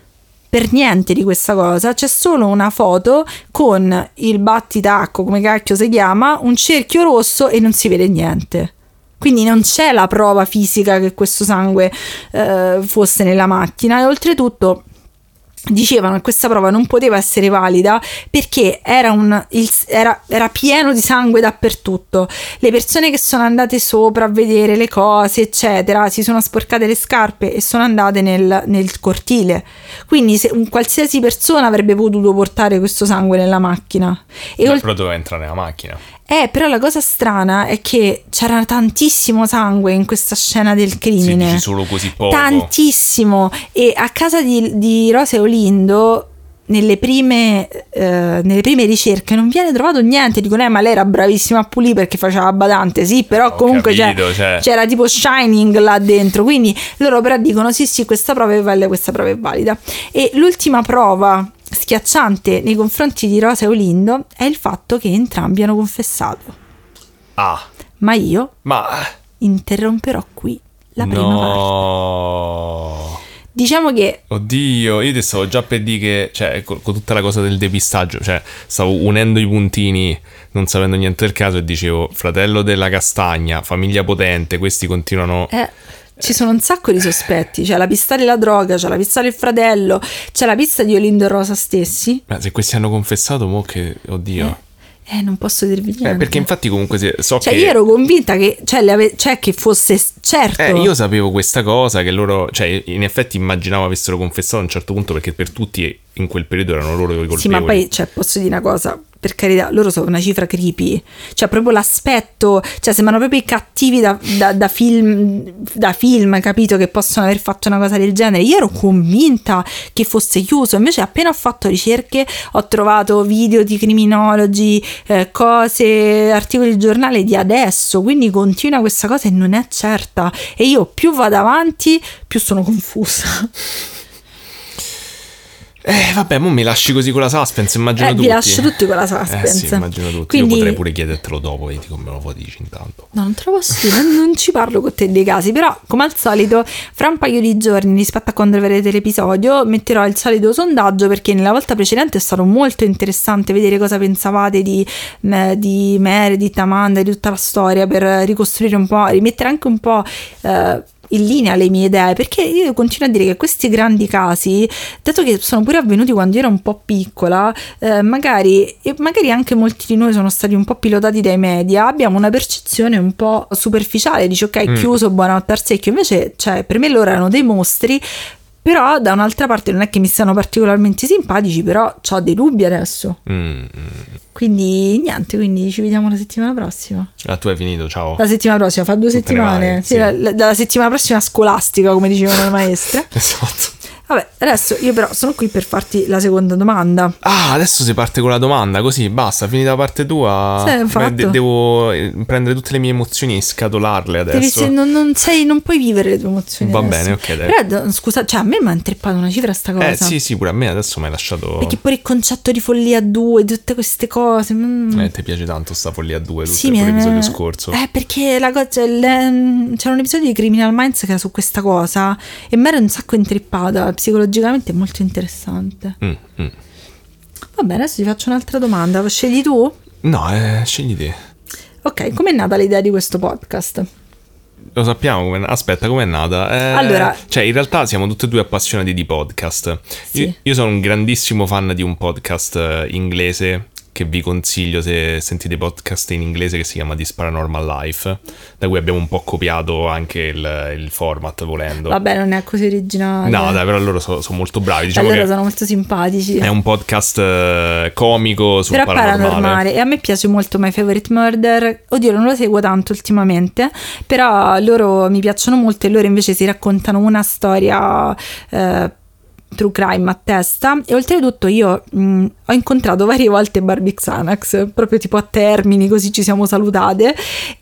per niente di questa cosa, c'è solo una foto con il battitacco, come cacchio si chiama, un cerchio rosso e non si vede niente. Quindi non c'è la prova fisica che questo sangue eh, fosse nella macchina e oltretutto dicevano che questa prova non poteva essere valida perché era, un, il, era, era pieno di sangue dappertutto. Le persone che sono andate sopra a vedere le cose eccetera si sono sporcate le scarpe e sono andate nel, nel cortile, quindi se un qualsiasi persona avrebbe potuto portare questo sangue nella macchina. E ol- però doveva entrare nella macchina. Eh, però la cosa strana è che c'era tantissimo sangue in questa scena del crimine. Si dici solo così poco. Tantissimo. E a casa di, di Rosa e Olindo, nelle prime, eh, nelle prime ricerche, non viene trovato niente. Dicono, eh, ma lei era bravissima a pulire perché faceva badante. Sì, però Ho comunque capito, c'è, cioè... c'era tipo Shining là dentro. Quindi loro però dicono, sì, sì, questa prova è valida, questa prova è valida. E l'ultima prova schiacciante nei confronti di Rosa e Olindo è il fatto che entrambi hanno confessato. Ah. Ma io Ma interromperò qui la prima no. parte. Diciamo che oddio, io ti stavo già per dire che, cioè, con, con tutta la cosa del depistaggio, cioè stavo unendo i puntini non sapendo niente del caso e dicevo fratello della castagna, famiglia potente, questi continuano eh. Ci sono un sacco di sospetti, c'è la pista della droga, c'è la pista del fratello, c'è la pista di Olindo e Rosa stessi. Ma se questi hanno confessato, mo che, oddio. Eh, eh non posso dirvi niente. Eh, perché infatti comunque se, so cioè, che... io ero convinta che, cioè, le ave- cioè, che fosse certo. Eh, io sapevo questa cosa, che loro, cioè, in effetti immaginavo avessero confessato a un certo punto, perché per tutti in quel periodo erano loro i colpevoli. Sì, ma poi, cioè, posso dire una cosa... Per carità, loro sono una cifra creepy, cioè proprio l'aspetto, cioè sembrano proprio i cattivi da, da, da film, da film, capito, che possono aver fatto una cosa del genere. Io ero convinta che fosse chiuso, invece appena ho fatto ricerche ho trovato video di criminologi, eh, cose, articoli di giornale di adesso, quindi continua questa cosa e non è certa. E io più vado avanti, più sono confusa. Eh vabbè, mo mi lasci così con la suspense, immagino eh, tutti. vi lascio tutti con la suspense. Eh sì, immagino tutti. Quindi... Io potrei pure chiedertelo dopo, vedi come lo dici intanto. No, non te lo posso dire, non, non ci parlo con te dei casi, però come al solito fra un paio di giorni rispetto a quando vedrete l'episodio metterò il solito sondaggio, perché nella volta precedente è stato molto interessante vedere cosa pensavate di, di Meredith, Amanda, di tutta la storia, per ricostruire un po', rimettere anche un po' eh, in linea le mie idee, perché io continuo a dire che questi grandi casi, dato che sono pure avvenuti quando io ero un po' piccola, eh, magari, e magari anche molti di noi sono stati un po' pilotati dai media, abbiamo una percezione un po' superficiale, dici ok, mm. chiuso, buonanotte al secchio, invece cioè, per me loro erano dei mostri. Però da un'altra parte non è che mi siano particolarmente simpatici, però ho dei dubbi adesso. Mm. Quindi niente, quindi ci vediamo la settimana prossima. Ah, tu hai finito, ciao. La settimana prossima, fa due Tutte settimane. vai, sì, sì. la, la, la settimana prossima scolastica, come dicevano le maestre. Esatto. Vabbè, adesso io però sono qui per farti la seconda domanda. Ah, adesso si parte con la domanda, così basta, finita la parte tua. Sì, fatto. Beh, de- devo prendere tutte le mie emozioni e scatolarle adesso. Devi, non, non, sei, non puoi vivere le tue emozioni. Va adesso. bene, ok, dai. Però scusa, cioè a me mi ha intrippato una cifra sta cosa. Eh sì, sì, pure a me adesso mi hai lasciato. Perché pure il concetto di follia due, tutte queste cose. Mm. Eh, ti piace tanto sta follia due, tutto sì, pure mi- l'episodio scorso. Eh, perché la cosa, il- c'era un episodio di Criminal Minds che era su questa cosa e mi ero un sacco intrippata. Psicologicamente è molto interessante. Mm, mm. Va bene, adesso ti faccio un'altra domanda. Scegli tu? No, eh, scegli te. Ok, com'è nata l'idea di questo podcast? Lo sappiamo come. Aspetta, com'è nata? Eh, Allora- Cioè, in realtà siamo tutti e due appassionati di podcast. Sì. Io, io sono un grandissimo fan di un podcast eh, inglese che vi consiglio se sentite podcast in inglese, che si chiama This Paranormal Life, da cui abbiamo un po' copiato anche il, il format volendo. Vabbè, non è così originale. No, dai, però loro sono molto bravi. Diciamo allora che sono molto simpatici. è un podcast eh, comico sul Però paranormale. paranormale. E a me piace molto My Favorite Murder. Oddio, non lo seguo tanto ultimamente, però loro mi piacciono molto e loro invece si raccontano una storia eh, true crime a testa. E oltretutto io mh, ho incontrato varie volte Barbie Xanax, proprio tipo a Termini, così ci siamo salutate,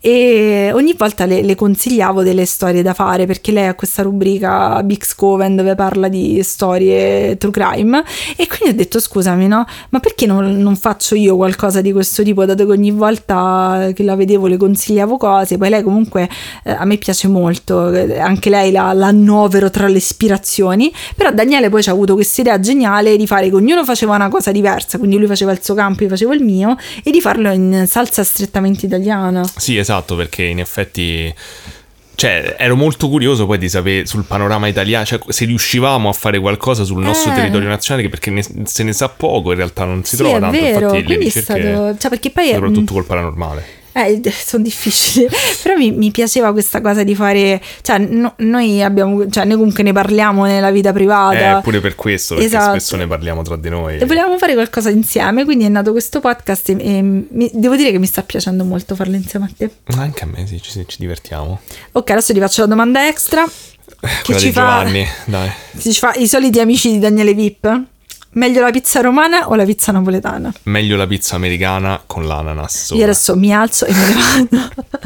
e ogni volta le, le consigliavo delle storie da fare, perché lei ha questa rubrica Bix Coven dove parla di storie true crime, e quindi ho detto scusami, no, ma perché non, non faccio io qualcosa di questo tipo, dato che ogni volta che la vedevo le consigliavo cose. Poi lei comunque eh, a me piace molto, eh, anche lei la, la annovero tra le ispirazioni. Però Daniele poi ci ha avuto questa idea geniale di fare che ognuno faceva una cosa diversa, quindi lui faceva il suo campo, io facevo il mio, e di farlo in salsa strettamente italiana. Sì, esatto, perché in effetti, cioè, ero molto curioso poi di sapere sul panorama italiano, cioè se riuscivamo a fare qualcosa sul nostro Eh. territorio nazionale, perché ne- se ne sa poco, in realtà non si Sì, trova è tanto, vero, infatti le quindi è ricerche, stato, cioè perché poi soprattutto col paranormale. Eh, sono difficili, però mi, mi piaceva questa cosa di fare, cioè no- noi abbiamo, cioè noi comunque ne parliamo nella vita privata. Eh, pure per questo, perché Esatto. spesso ne parliamo tra di noi. E volevamo fare qualcosa insieme, quindi è nato questo podcast e, e mi- devo dire che mi sta piacendo molto farlo insieme a te. Anche a me, sì, ci, ci divertiamo. Ok, adesso ti faccio la domanda extra. Che Quella ci di fa, Giovanni, dai. ci fa i soliti amici di Daniele Vip. Meglio la pizza romana o la pizza napoletana? Meglio la pizza americana con l'ananas Io sopra. adesso mi alzo e me ne vado.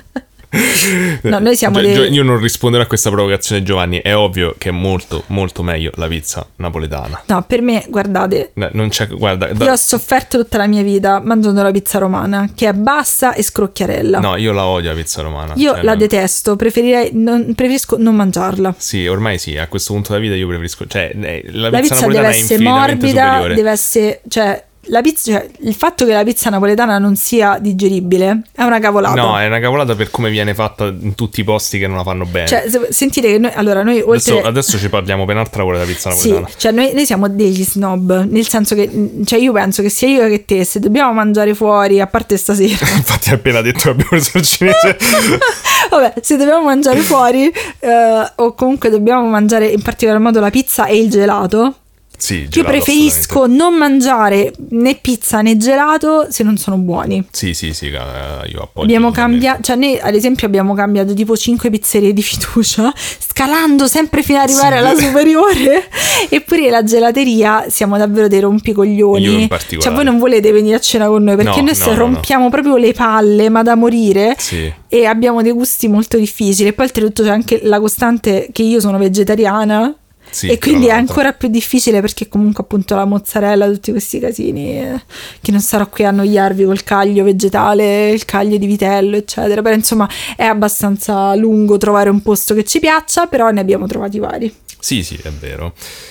No, noi siamo Gio- dei... Gio- Io non risponderò a questa provocazione, Giovanni. È ovvio che è molto, molto meglio la pizza napoletana. No, per me, guardate, No, non c'è, guarda, da- io ho sofferto tutta la mia vita mangiando la pizza romana, che è bassa e scrocchiarella. no, io la odio la pizza romana. Io cioè, la non- detesto, preferirei non, preferisco non mangiarla. Sì, ormai sì, a questo punto della vita io preferisco, cioè eh, la, La pizza, pizza napoletana deve è essere infinitamente morbida, superiore. deve essere, cioè, la pizza, cioè, il fatto che la pizza napoletana non sia digeribile è una cavolata. No, è una cavolata per come viene fatta in tutti i posti che non la fanno bene. Cioè, se- sentite che noi, allora, noi oltre... adesso, adesso ci parliamo per un'altra ora della pizza Sì, napoletana. cioè noi, noi siamo degli snob, nel senso che, cioè io penso che sia io che te, se dobbiamo mangiare fuori, a parte stasera, Infatti hai appena detto che abbiamo preso il cinese. vabbè, se dobbiamo mangiare fuori eh, o comunque dobbiamo mangiare in particolar modo la pizza e il gelato, Sì, io gelato, preferisco assolutamente. non mangiare né pizza né gelato se non sono buoni. Sì, sì, sì, eh, io appoggio. Abbiamo totalmente. cambiato, cioè noi ad esempio abbiamo cambiato tipo cinque pizzerie di fiducia, scalando sempre fino ad arrivare Sì. alla superiore. Eppure la gelateria siamo davvero dei rompicoglioni. Io in particolare. Cioè voi non volete venire a cena con noi perché No, noi no, se no, rompiamo proprio le palle, ma da morire. Sì. E abbiamo dei gusti molto difficili. E poi oltretutto c'è anche la costante che io sono vegetariana. Sì, E quindi è tra l'altro. ancora più difficile perché comunque appunto la mozzarella, tutti questi casini, eh, che non sarò qui a annoiarvi col caglio vegetale, il caglio di vitello eccetera, però insomma è abbastanza lungo trovare un posto che ci piaccia, però ne abbiamo trovati vari. Sì, sì, è vero.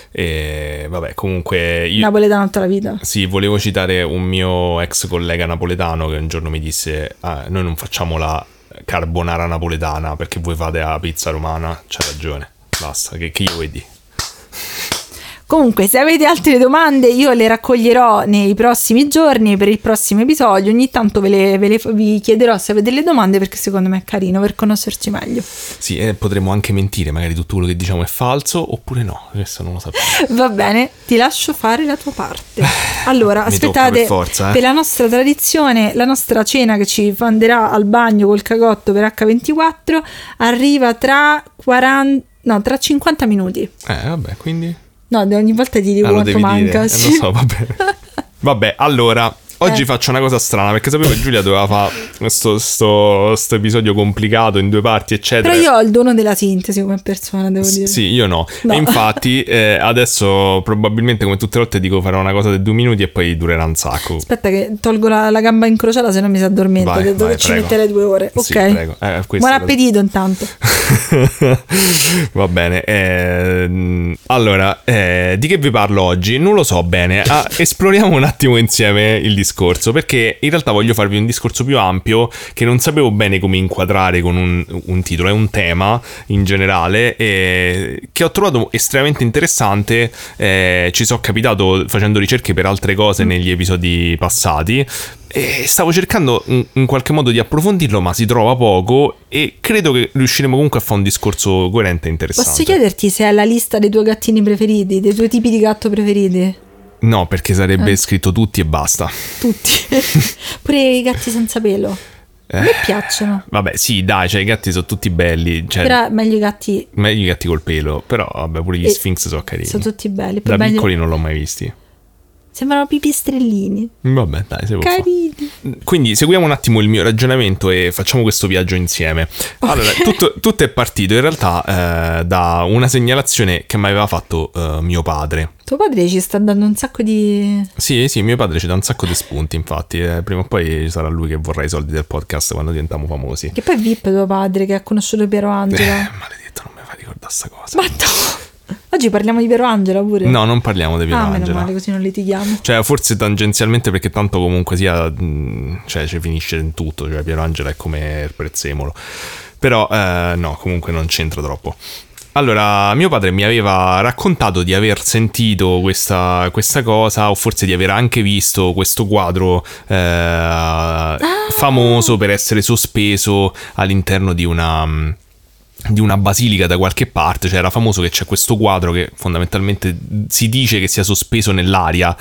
E vabbè, comunque io Napoletano tutta la vita. sì, volevo citare un mio ex collega napoletano che un giorno mi disse: ah, noi non facciamo la carbonara napoletana perché voi fate la pizza romana. C'ha ragione. Basta, che, che io vedi. Comunque se avete altre domande io le raccoglierò nei prossimi giorni per il prossimo episodio, ogni tanto ve le, ve le vi chiederò se avete delle domande perché secondo me è carino per conoscerci meglio. Sì, e potremmo anche mentire, magari tutto quello che diciamo è falso oppure no, questo non lo sappiamo. Va bene, ti lascio fare la tua parte. Allora, Mi tocca aspettate, per forza, eh. per la nostra tradizione, la nostra cena che ci manderà al bagno col cagotto per acca ventiquattro arriva tra quaranta, no, tra cinquanta minuti. Eh, vabbè, quindi... No, ogni volta ti dico Ah, lo quanto devi manca. dire. Sì. Eh, lo so, vabbè. Vabbè, allora, oggi Eh. faccio una cosa strana, perché sapevo che Giulia doveva fare questo sto, sto episodio complicato in due parti, eccetera. Però io ho il dono della sintesi come persona, devo dire. Sì, io no. No. E infatti eh, adesso probabilmente come tutte le volte dico farò una cosa di due minuti e poi durerà un sacco. Aspetta che tolgo la, la gamba incrociata, se no mi si addormenta. Vai, Devo vai, che ci prego. mette le due ore. Ok. Sì, prego. Eh, questa Buon cosa. appetito intanto. Va bene. ehm, allora, eh, di che vi parlo oggi? Non lo so bene. Ah, esploriamo un attimo insieme il discorso, perché in realtà voglio farvi un discorso più ampio che non sapevo bene come inquadrare con un, un titolo. È un tema in generale eh, che ho trovato estremamente interessante. Eh, ci sono capitato facendo ricerche per altre cose negli episodi passati. E stavo cercando in, in qualche modo di approfondirlo, ma si trova poco e credo che riusciremo comunque a fare un discorso coerente e interessante. Posso chiederti se hai la lista dei tuoi gattini preferiti, dei tuoi tipi di gatto preferiti? No, perché sarebbe Eh. scritto tutti e basta. Tutti. Pure i gatti senza pelo. A me piacciono. Vabbè, sì, dai, cioè i gatti sono tutti belli. Cioè, Però meglio i gatti. meglio i gatti col pelo. Però, vabbè, pure gli Eh, Sphinx sono carini. Sono tutti belli. Poi Da meglio- piccoli non l'ho mai visti. Sembrano pipistrellini. Vabbè, dai, se può fare. Carini. Quindi seguiamo un attimo il mio ragionamento e facciamo questo viaggio insieme. Allora, tutto, tutto è partito in realtà eh, da una segnalazione che mi aveva fatto eh, mio padre. Tuo padre ci sta dando un sacco di... Sì, sì, mio padre ci dà un sacco di spunti, infatti. eh, prima o poi sarà lui che vorrà i soldi del podcast quando diventiamo famosi. Che poi V I P tuo padre che ha conosciuto Piero Eh, Angela. maledetto, non mi fa ricordare sta cosa. Ma no! Oggi parliamo di Piero Angela pure. No, non parliamo di Piero Ah, meno Angela. male, così non litighiamo. Cioè, forse tangenzialmente, perché tanto comunque sia, mh, cioè, ci finisce in tutto. Cioè, Piero Angela è come il prezzemolo. Però, eh, no, comunque non c'entra troppo. Allora, mio padre mi aveva raccontato di aver sentito questa, questa cosa, o forse di aver anche visto questo quadro eh, Ah. famoso per essere sospeso all'interno di una... mh, di una basilica da qualche parte. Cioè era famoso che c'è questo quadro che fondamentalmente si dice che sia sospeso nell'aria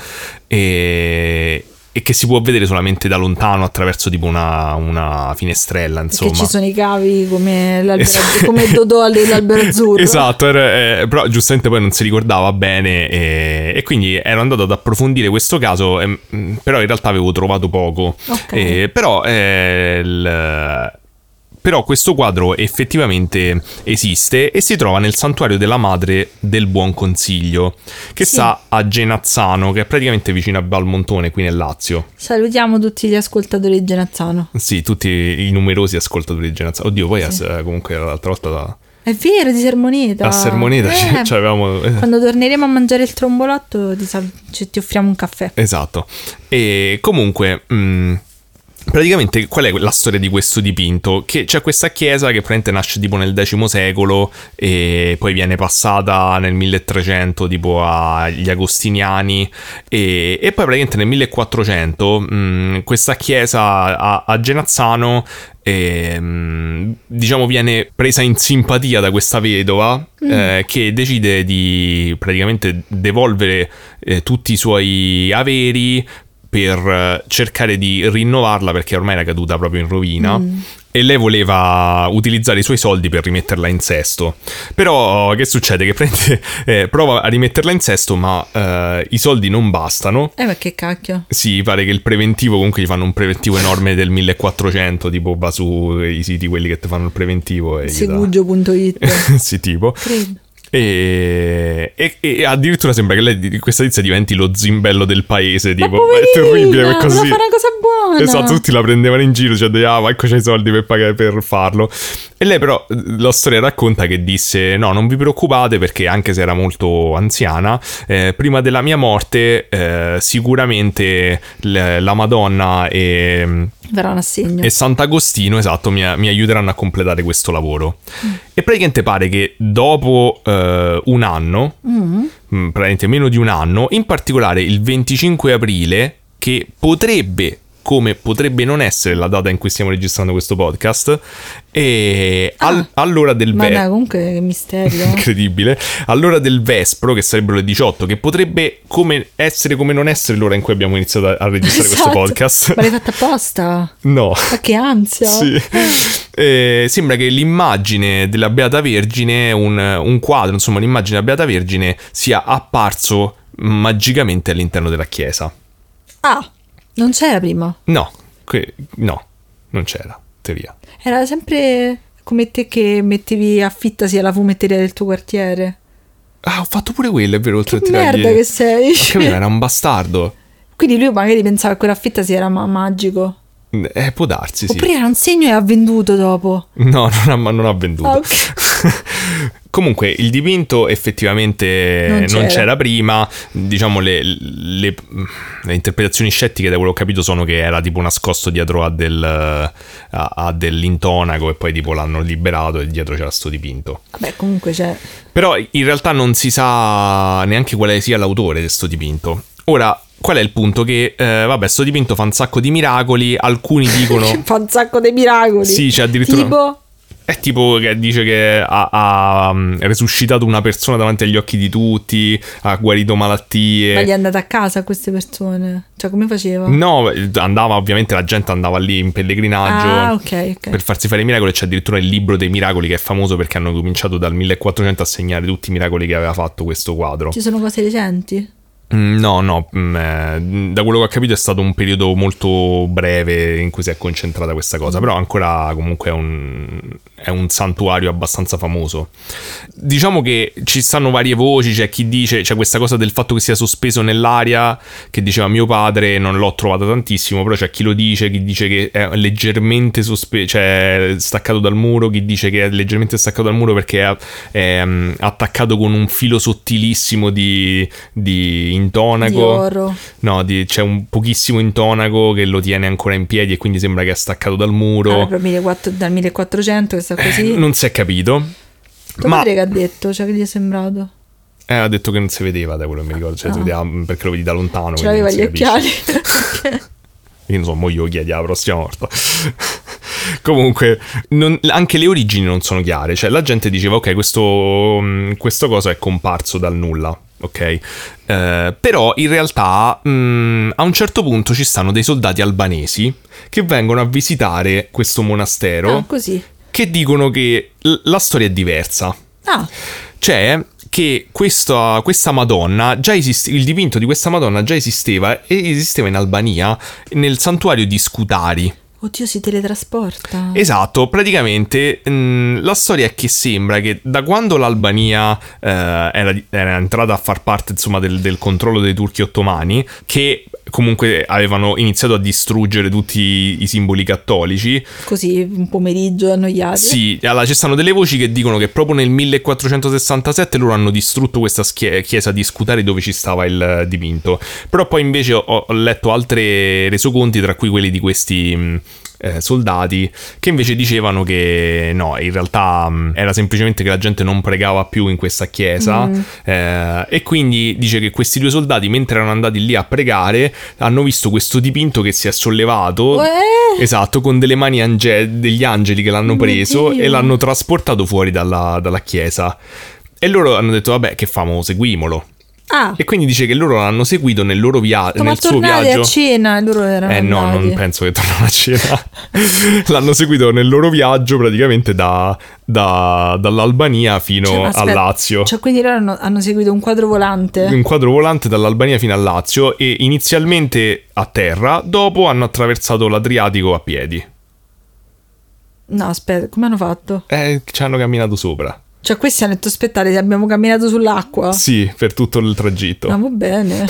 e, e che si può vedere solamente da lontano attraverso tipo una, una finestrella, insomma. Perché ci sono i cavi come, l'albero, Esatto. come Dodò all'albero azzurro. Esatto, era- eh, però giustamente poi non si ricordava bene e, e quindi ero andato ad approfondire questo caso, eh, mh, però in realtà avevo trovato poco. Ok. Eh, però eh, il- Però questo quadro effettivamente esiste e si trova nel santuario della Madre del Buon Consiglio, che Sì. sta a Genazzano, che è praticamente vicino a Valmontone, qui nel Lazio. Salutiamo tutti gli ascoltatori di Genazzano. Sì, tutti i numerosi ascoltatori di Genazzano. Oddio, poi Sì. eh, comunque l'altra volta da- È vero, di Sermoneta. a Sermoneta Eh, ci- ci avevamo... eh, Quando torneremo a mangiare il trombolotto ti, sal- ci- ti offriamo un caffè. Esatto. E comunque... mh, praticamente qual è la storia di questo dipinto? Che c'è questa chiesa che praticamente nasce tipo nel X secolo e poi viene passata nel milletrecento tipo agli Agostiniani e, e poi praticamente nel millequattrocento mh, questa chiesa a, a Genazzano e, mh, diciamo viene presa in simpatia da questa vedova eh, che decide di praticamente devolvere eh, tutti i suoi averi per eh, cercare di rinnovarla, perché ormai era caduta proprio in rovina. Mm. E lei voleva utilizzare i suoi soldi per rimetterla in sesto. Però che succede? Che prende, eh, prova a rimetterla in sesto, ma eh, i soldi non bastano. Eh, ma che cacchio. Sì, pare che il preventivo, comunque gli fanno un preventivo enorme del millequattrocento, tipo va sui siti quelli che ti fanno il preventivo e gli dà- Segugio punto it. sì, tipo. Credo. E, e, e addirittura sembra che lei, questa tizia, diventi lo zimbello del paese. Ma Tipo, è terribile poverina, così. voleva fare una cosa buona. Esatto, tutti la prendevano in giro, cioè ah, ma ecco c'hai i soldi per pagare per farlo. E lei però, la storia racconta che disse: no, non vi preoccupate, perché anche se era molto anziana, eh, prima della mia morte eh, sicuramente l- la Madonna e, Verrà un assegno. e Sant'Agostino, esatto, mi, mi aiuteranno a completare questo lavoro. Mm. E praticamente pare che dopo eh, un anno, Mm. mh, praticamente meno di un anno, in particolare il venticinque aprile, che potrebbe come potrebbe non essere la data in cui stiamo registrando questo podcast, e Ah, al- all'ora del Ma ve- no, comunque che misterio. incredibile, all'ora del vespro, che sarebbero le diciotto, che potrebbe come essere come non essere l'ora in cui abbiamo iniziato a, a registrare questo Esatto. podcast. Ma l'hai fatta apposta? No. Ma che ansia. Sì. Eh, sembra che l'immagine della Beata Vergine, un, un quadro, insomma l'immagine della Beata Vergine sia apparso magicamente all'interno della chiesa. Ah, non c'era prima. No, que- no, non c'era, in teoria. Era sempre come te che mettevi affittasi alla fumetteria del tuo quartiere. Ah, ho fatto pure quello, è vero, oltre Che a tirargli... merda che sei. Ho capito, era un bastardo. Quindi lui magari pensava che quell'affittasi era ma- magico. Eh, può darsi, sì. Oppure era un segno e ha venduto dopo. No, non ha, ma non ha venduto. Ah, ok. Comunque il dipinto effettivamente Non non c'era. c'era, prima. Diciamo le, le- le interpretazioni scettiche, da quello che ho capito, sono che era tipo nascosto dietro a, del, a, a dell'intonaco, e poi tipo l'hanno liberato e dietro c'era sto dipinto. Vabbè, comunque c'è. Però in realtà non si sa neanche quale sia l'autore di sto dipinto. Ora, qual è il punto? Che eh, vabbè, sto dipinto fa un sacco di miracoli. Alcuni dicono... Fa un sacco di miracoli. Sì, c'è addirittura... Tipo... È tipo che dice che ha, ha um, resuscitato una persona davanti agli occhi di tutti, ha guarito malattie. Ma gli è andata a casa a queste persone? Cioè, come faceva? No, andava, ovviamente la gente andava lì in pellegrinaggio Ah, ok, ok. per farsi fare i miracoli. C'è addirittura il libro dei miracoli, che è famoso perché hanno cominciato dal millequattrocento a segnare tutti i miracoli che aveva fatto questo quadro. Ci sono cose recenti? Mm, No, no, mm, eh, da quello che ho capito è stato un periodo molto breve in cui si è concentrata questa cosa, però ancora comunque è un, è un santuario abbastanza famoso. Diciamo che ci stanno varie voci, c'è chi dice, c'è questa cosa del fatto che sia sospeso nell'aria, che diceva mio padre, non l'ho trovato tantissimo, però c'è chi lo dice, chi dice che è leggermente sospeso, cioè staccato dal muro, chi dice che è leggermente staccato dal muro perché è, è mm, attaccato con un filo sottilissimo di, di intonaco. Di oro. No, di- c'è un pochissimo intonaco che lo tiene ancora in piedi e quindi sembra che è staccato dal muro. Ah, proprio millequattro dal millequattrocento che sta così. Eh, non si è capito. Tuo Ma padre che ha detto? Cioè, che gli è sembrato? eh, ha detto che non si vedeva, da quello che mi ricordo, cioè Ah. si vedeva perché lo vedi da lontano. Ce quindi l'aveva non gli si occhiali. capisce. Io non so, mo glielo chiedi alla prossima volta. Comunque, non- anche le origini non sono chiare. Cioè, la gente diceva, ok, questo, mh, questo coso è comparso dal nulla, ok? Eh, però, in realtà, mh, a un certo punto ci stanno dei soldati albanesi che vengono a visitare questo monastero, Ah, così. che dicono che l- la storia è diversa. Ah, Cioè che questa, questa Madonna già esiste, il dipinto di questa Madonna già esisteva, e esisteva in Albania nel santuario di Scutari. oddio, si teletrasporta. Esatto, praticamente mh, la storia è che sembra che da quando l'Albania eh, era, di- era entrata a far parte, insomma, del, del controllo dei turchi ottomani, che comunque avevano iniziato a distruggere tutti i, i simboli cattolici. Così, un pomeriggio annoiati. Sì, allora ci stanno delle voci che dicono che proprio nel millequattrocentosessantasette loro hanno distrutto questa schie- chiesa di Scutari dove ci stava il dipinto. Però poi invece ho, ho letto altre resoconti, tra cui quelli di questi mh, eh, soldati, che invece dicevano che no, in realtà mh, era semplicemente che la gente non pregava più in questa chiesa. Mm. eh, e quindi dice che questi due soldati, mentre erano andati lì a pregare, hanno visto questo dipinto che si è sollevato. Uè! Esatto, con delle mani ange- degli angeli che l'hanno Mio preso Dio. e l'hanno trasportato fuori dalla, dalla chiesa. E loro hanno detto, vabbè, che famo, seguimolo. Ah, E quindi dice che loro l'hanno seguito nel loro viaggio, ma nel suo tornate viaggio. a cena e loro erano Eh no, andati. non penso che tornano a cena. L'hanno seguito nel loro viaggio praticamente da, da- dall'Albania fino Cioè, ma al aspetta, Lazio. Cioè, quindi loro hanno, hanno seguito un quadro volante. Un quadro volante dall'Albania fino al Lazio, e inizialmente a terra, dopo hanno attraversato l'Adriatico a piedi. No, aspetta, come hanno fatto? Eh, ci hanno camminato sopra. Cioè, questi hanno detto, aspettate, abbiamo camminato sull'acqua. Sì, per tutto il tragitto. No, va bene.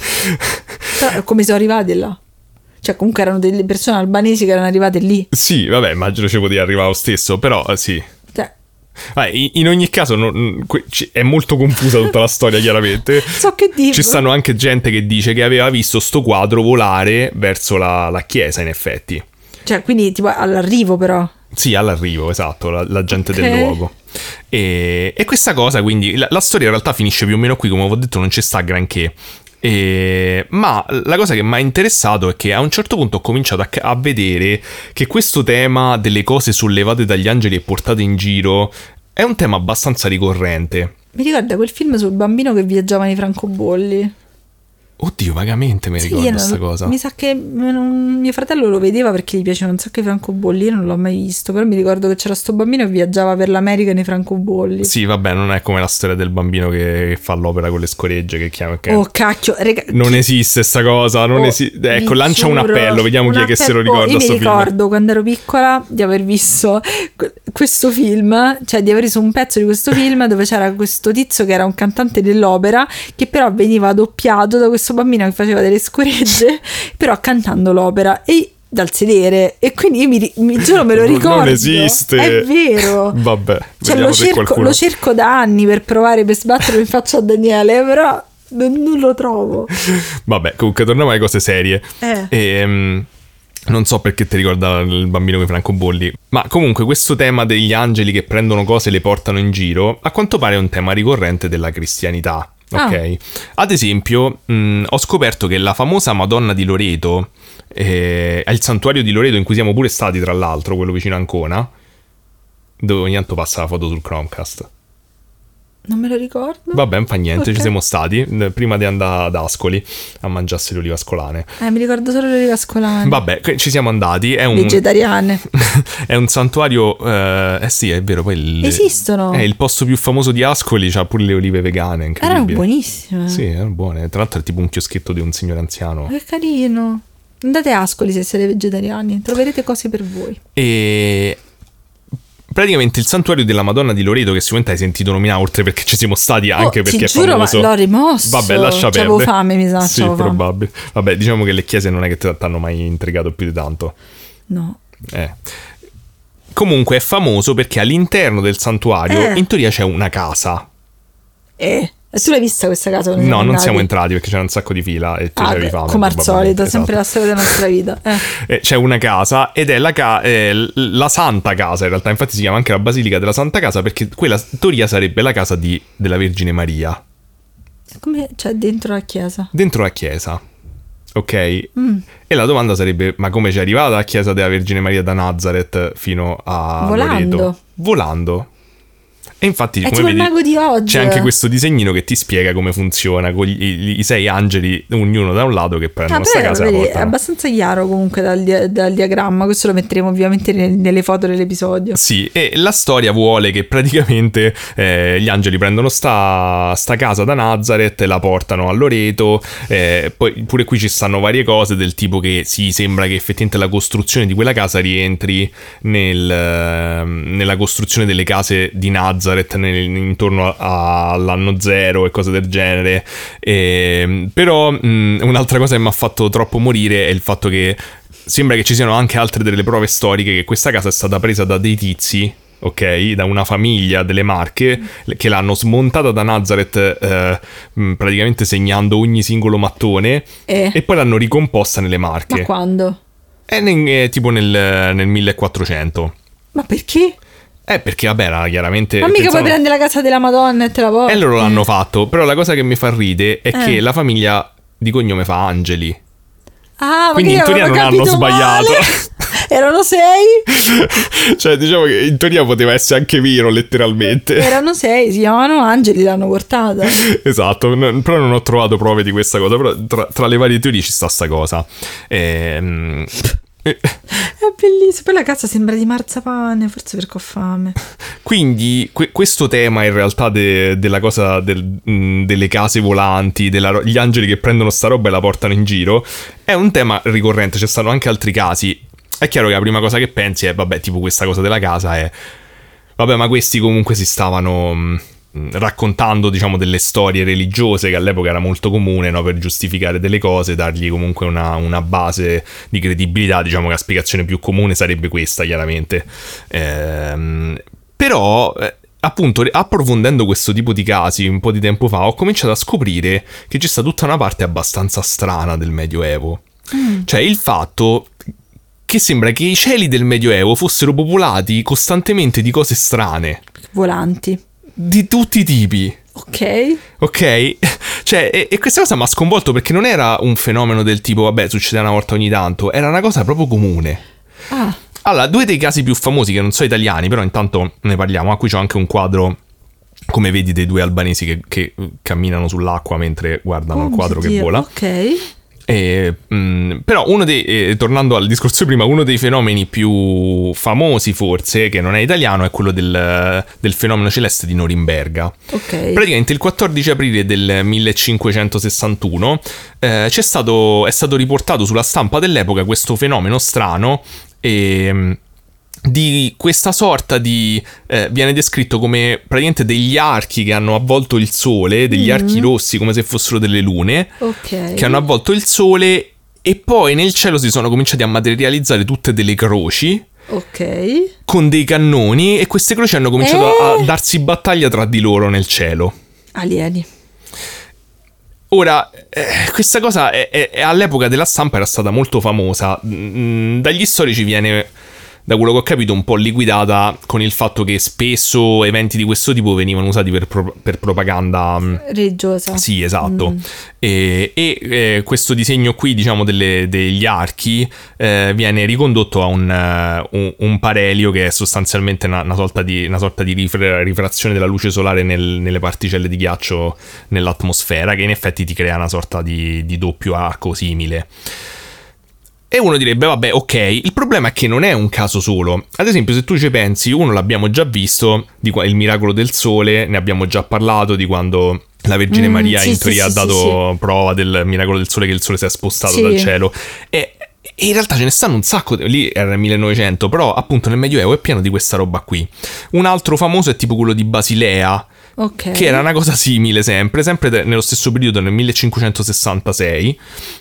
Però, come sono arrivati là? Cioè, comunque erano delle persone albanesi che erano arrivate lì. Sì, vabbè, immagino ci potevi arrivare lo stesso, però eh, sì. Cioè, Vabbè, in, in ogni caso non- que- ci- è molto confusa tutta la storia, chiaramente. so che dico. Ci stanno anche gente che dice che aveva visto sto quadro volare verso la, la chiesa, in effetti. Cioè, quindi, tipo, all'arrivo, però. Sì, all'arrivo, esatto, la, la gente Ok. del luogo. E, e questa cosa, quindi, la, la storia in realtà finisce più o meno qui, come vi ho detto, non ci sta granché. E... ma la cosa che mi ha interessato è che a un certo punto ho cominciato a, a vedere che questo tema delle cose sollevate dagli angeli e portate in giro è un tema abbastanza ricorrente. Mi ricorda quel film sul bambino che viaggiava nei francobolli? Oddio, vagamente mi Sì, ricordo io non- questa cosa. Mi sa che non- mio fratello lo vedeva perché gli piacevano un sacco i francobolli, io non l'ho mai visto, però mi ricordo che c'era sto bambino che viaggiava per l'America nei francobolli. Sì, vabbè, non è come la storia del bambino che, che fa l'opera con le scoregge, che chiama... Che... Oh cacchio, rega- Non esiste sta cosa, non Oh, esiste. Ecco, vi lancia un giuro, appello, vediamo un chi è che se lo appello- ricorda Io mi sto film. ricordo quando ero piccola di aver visto que- questo film, cioè di aver visto un pezzo di questo film dove c'era questo tizio che era un cantante dell'opera che però veniva doppiato da questo bambino che faceva delle scoregge, però cantando l'opera e dal sedere, e quindi io mi, ri- mi giuro me lo Non- ricordo. non esiste. È vero. Vabbè, Cioè vediamo lo se cerco, qualcuno- lo cerco da anni per provare per sbatterlo in faccia a Daniele, però non, non lo trovo. Vabbè, comunque torniamo alle cose serie. Eh. Ehm, non so perché ti ricorda il bambino con i francobolli, ma comunque questo tema degli angeli che prendono cose e le portano in giro, a quanto pare è un tema ricorrente della cristianità. Ok, ad esempio, mh, ho scoperto che la famosa Madonna di Loreto, eh, è il santuario di Loreto in cui siamo pure stati, tra l'altro, quello vicino a Ancona, dove ogni tanto passa la foto sul Chromecast. Non me lo ricordo. Vabbè, non fa niente, Ok. ci siamo stati eh, prima di andare ad Ascoli a mangiarsi le olive ascolane. Eh, mi ricordo solo le vascolane. Vabbè, que- ci siamo andati, è un, Vegetariane. è un santuario, eh, eh sì, è vero, poi il, Esistono. è il posto più famoso di Ascoli, c'ha pure le olive vegane, Erano incredibile. buonissime. Sì, erano buone. Tra l'altro è tipo un chioschetto di un signore anziano. Che carino. Andate a Ascoli se siete vegetariani, troverete cose per voi. E praticamente il santuario della Madonna di Loreto, che sicuramente hai sentito nominare, oltre perché ci siamo stati anche Oh, perché ti è giuro, famoso. ma l'ho rimosso. Vabbè, lascia perdere. C'avevo fame, mi sa. Sì, c'avevo fame. probabile. Vabbè, diciamo che le chiese non è che ti hanno mai intrigato più di tanto. No. Eh. Comunque è famoso perché all'interno del santuario Eh. in teoria c'è una casa. Eh. E tu l'hai vista questa casa? quando No, non andati? siamo entrati perché c'era un sacco di fila e tu Ah, c'avevi beh, fame. come al probabilmente, solito, sempre la esatto. storia della nostra vita. Eh. Eh, C'è una casa ed è la, ca- eh, l- la Santa Casa, in realtà, infatti si chiama anche la Basilica della Santa Casa perché quella in teoria sarebbe la casa di- della Vergine Maria, Come c'è dentro la chiesa? dentro la chiesa. Ok? Mm. E la domanda sarebbe: ma come ci è arrivata la chiesa della Vergine Maria da Nazareth fino a Volando. Loreto? Volando. E infatti, È come tipo il vedi, mago di oggi. c'è anche questo disegnino che ti spiega come funziona con gli- i, i sei angeli, ognuno da un lato, che Ah, prendono sta però casa e la vedi, è portano. abbastanza chiaro comunque dal, dia- dal diagramma. Questo lo metteremo ovviamente ne- nelle foto dell'episodio. Sì, e la storia vuole che praticamente eh, gli angeli prendono sta, sta casa da Nazareth e la portano a Loreto. Eh, poi pure qui ci stanno varie cose del tipo che sì, sembra che effettivamente la costruzione di quella casa rientri nel, eh, nella costruzione delle case di Nazareth nel- intorno a- all'anno zero e cose del genere. E, però mh, un'altra cosa che mi ha fatto troppo morire è il fatto che sembra che ci siano anche altre delle prove storiche che questa casa è stata presa da dei tizi, ok, da una famiglia delle Marche che l'hanno smontata da Nazareth, eh, mh, praticamente segnando ogni singolo mattone, Eh. e poi l'hanno ricomposta nelle Marche. Ma quando? È nel- eh, tipo nel, nel millequattrocento. Ma perché? Eh, perché vabbè, era chiaramente... Ma mica puoi pensavano- prendere la casa della Madonna e te la porti? E loro l'hanno fatto, però la cosa che mi fa ridere è Eh. che la famiglia di cognome fa Angeli. Ah, ma Quindi che in teoria avevo non hanno capito sbagliato. male. Erano sei? Cioè, diciamo che in teoria poteva essere anche vero, letteralmente. Erano sei, si chiamano Angeli, l'hanno portata. Esatto, n- però non ho trovato prove di questa cosa. Però tra, tra le varie teorie ci sta sta cosa. Ehm, eh, È bellissimo. Poi la casa sembra di marzapane, forse perché ho fame. Quindi que- questo tema in realtà de- della cosa del- mh, delle case volanti, della ro- gli angeli che prendono sta roba e la portano in giro, è un tema ricorrente. Ci stanno anche altri casi. È chiaro che la prima cosa che pensi è, vabbè, tipo questa cosa della casa è, vabbè, ma questi comunque si stavano mh, raccontando, diciamo, delle storie religiose, che all'epoca era molto comune, no? Per giustificare delle cose, dargli comunque una, una base di credibilità. Diciamo che la spiegazione più comune sarebbe questa, chiaramente. Ehm, però, eh, appunto, approfondendo questo tipo di casi un po' di tempo fa, ho cominciato a scoprire che c'è stata tutta una parte abbastanza strana del Medioevo. Mm. Cioè il fatto che sembra che i cieli del Medioevo fossero popolati costantemente di cose strane, Volanti. di tutti i tipi. Ok. Ok. Ok? Cioè, e, e questa cosa mi ha sconvolto perché non era un fenomeno del tipo, vabbè, succede una volta ogni tanto, era una cosa proprio comune. Ah. Allora, due dei casi più famosi, che non sono italiani, però intanto ne parliamo. A qui c'ho anche un quadro, come vedi, dei due albanesi che, che camminano sull'acqua mentre guardano Oh il quadro mio che Dio, vola. Ok. E, mh, però uno dei, eh, tornando al discorso prima, uno dei fenomeni più famosi forse, che non è italiano, è quello del, del fenomeno celeste di Norimberga. Ok. Praticamente il quattordici aprile del millecinquecentosessantuno eh, c'è stato, è stato riportato sulla stampa dell'epoca questo fenomeno strano e... di questa sorta di eh, viene descritto come praticamente degli archi che hanno avvolto il sole, degli Mm. archi rossi come se fossero delle lune, Ok. che hanno avvolto il sole, e poi nel cielo si sono cominciati a materializzare tutte delle croci Ok. con dei cannoni, e queste croci hanno cominciato Eh. a darsi battaglia tra di loro nel cielo. Alieni. Ora, eh, questa cosa è, è- è- all'epoca della stampa era stata molto famosa. Mm, dagli storici viene, da quello che ho capito, un po' liquidata con il fatto che spesso eventi di questo tipo venivano usati per, pro- per propaganda. mm, Religiosa. Sì, esatto. Mm. E, e, eh, questo disegno qui, diciamo, delle- degli archi, eh, viene ricondotto a un, eh, un, un parelio, che è sostanzialmente una, una sorta di, una sorta di rifra- rifrazione della luce solare nel- nelle particelle di ghiaccio nell'atmosfera, che in effetti ti crea una sorta di, di doppio arco simile. E uno direbbe, vabbè, ok, il problema è che non è un caso solo. Ad esempio, se tu ci pensi, uno l'abbiamo già visto, di qua- il miracolo del sole, ne abbiamo già parlato, di quando la Vergine Mm, Maria sì, in sì, teoria sì, ha sì, dato prova del miracolo del sole, che il sole si è spostato Sì. dal cielo. E, e in realtà ce ne stanno un sacco, lì era nel millenovecento, però appunto nel Medioevo è pieno di questa roba qui. Un altro famoso è tipo quello di Basilea, Ok. che era una cosa simile sempre, sempre de- nello stesso periodo, nel millecinquecentosessantasei.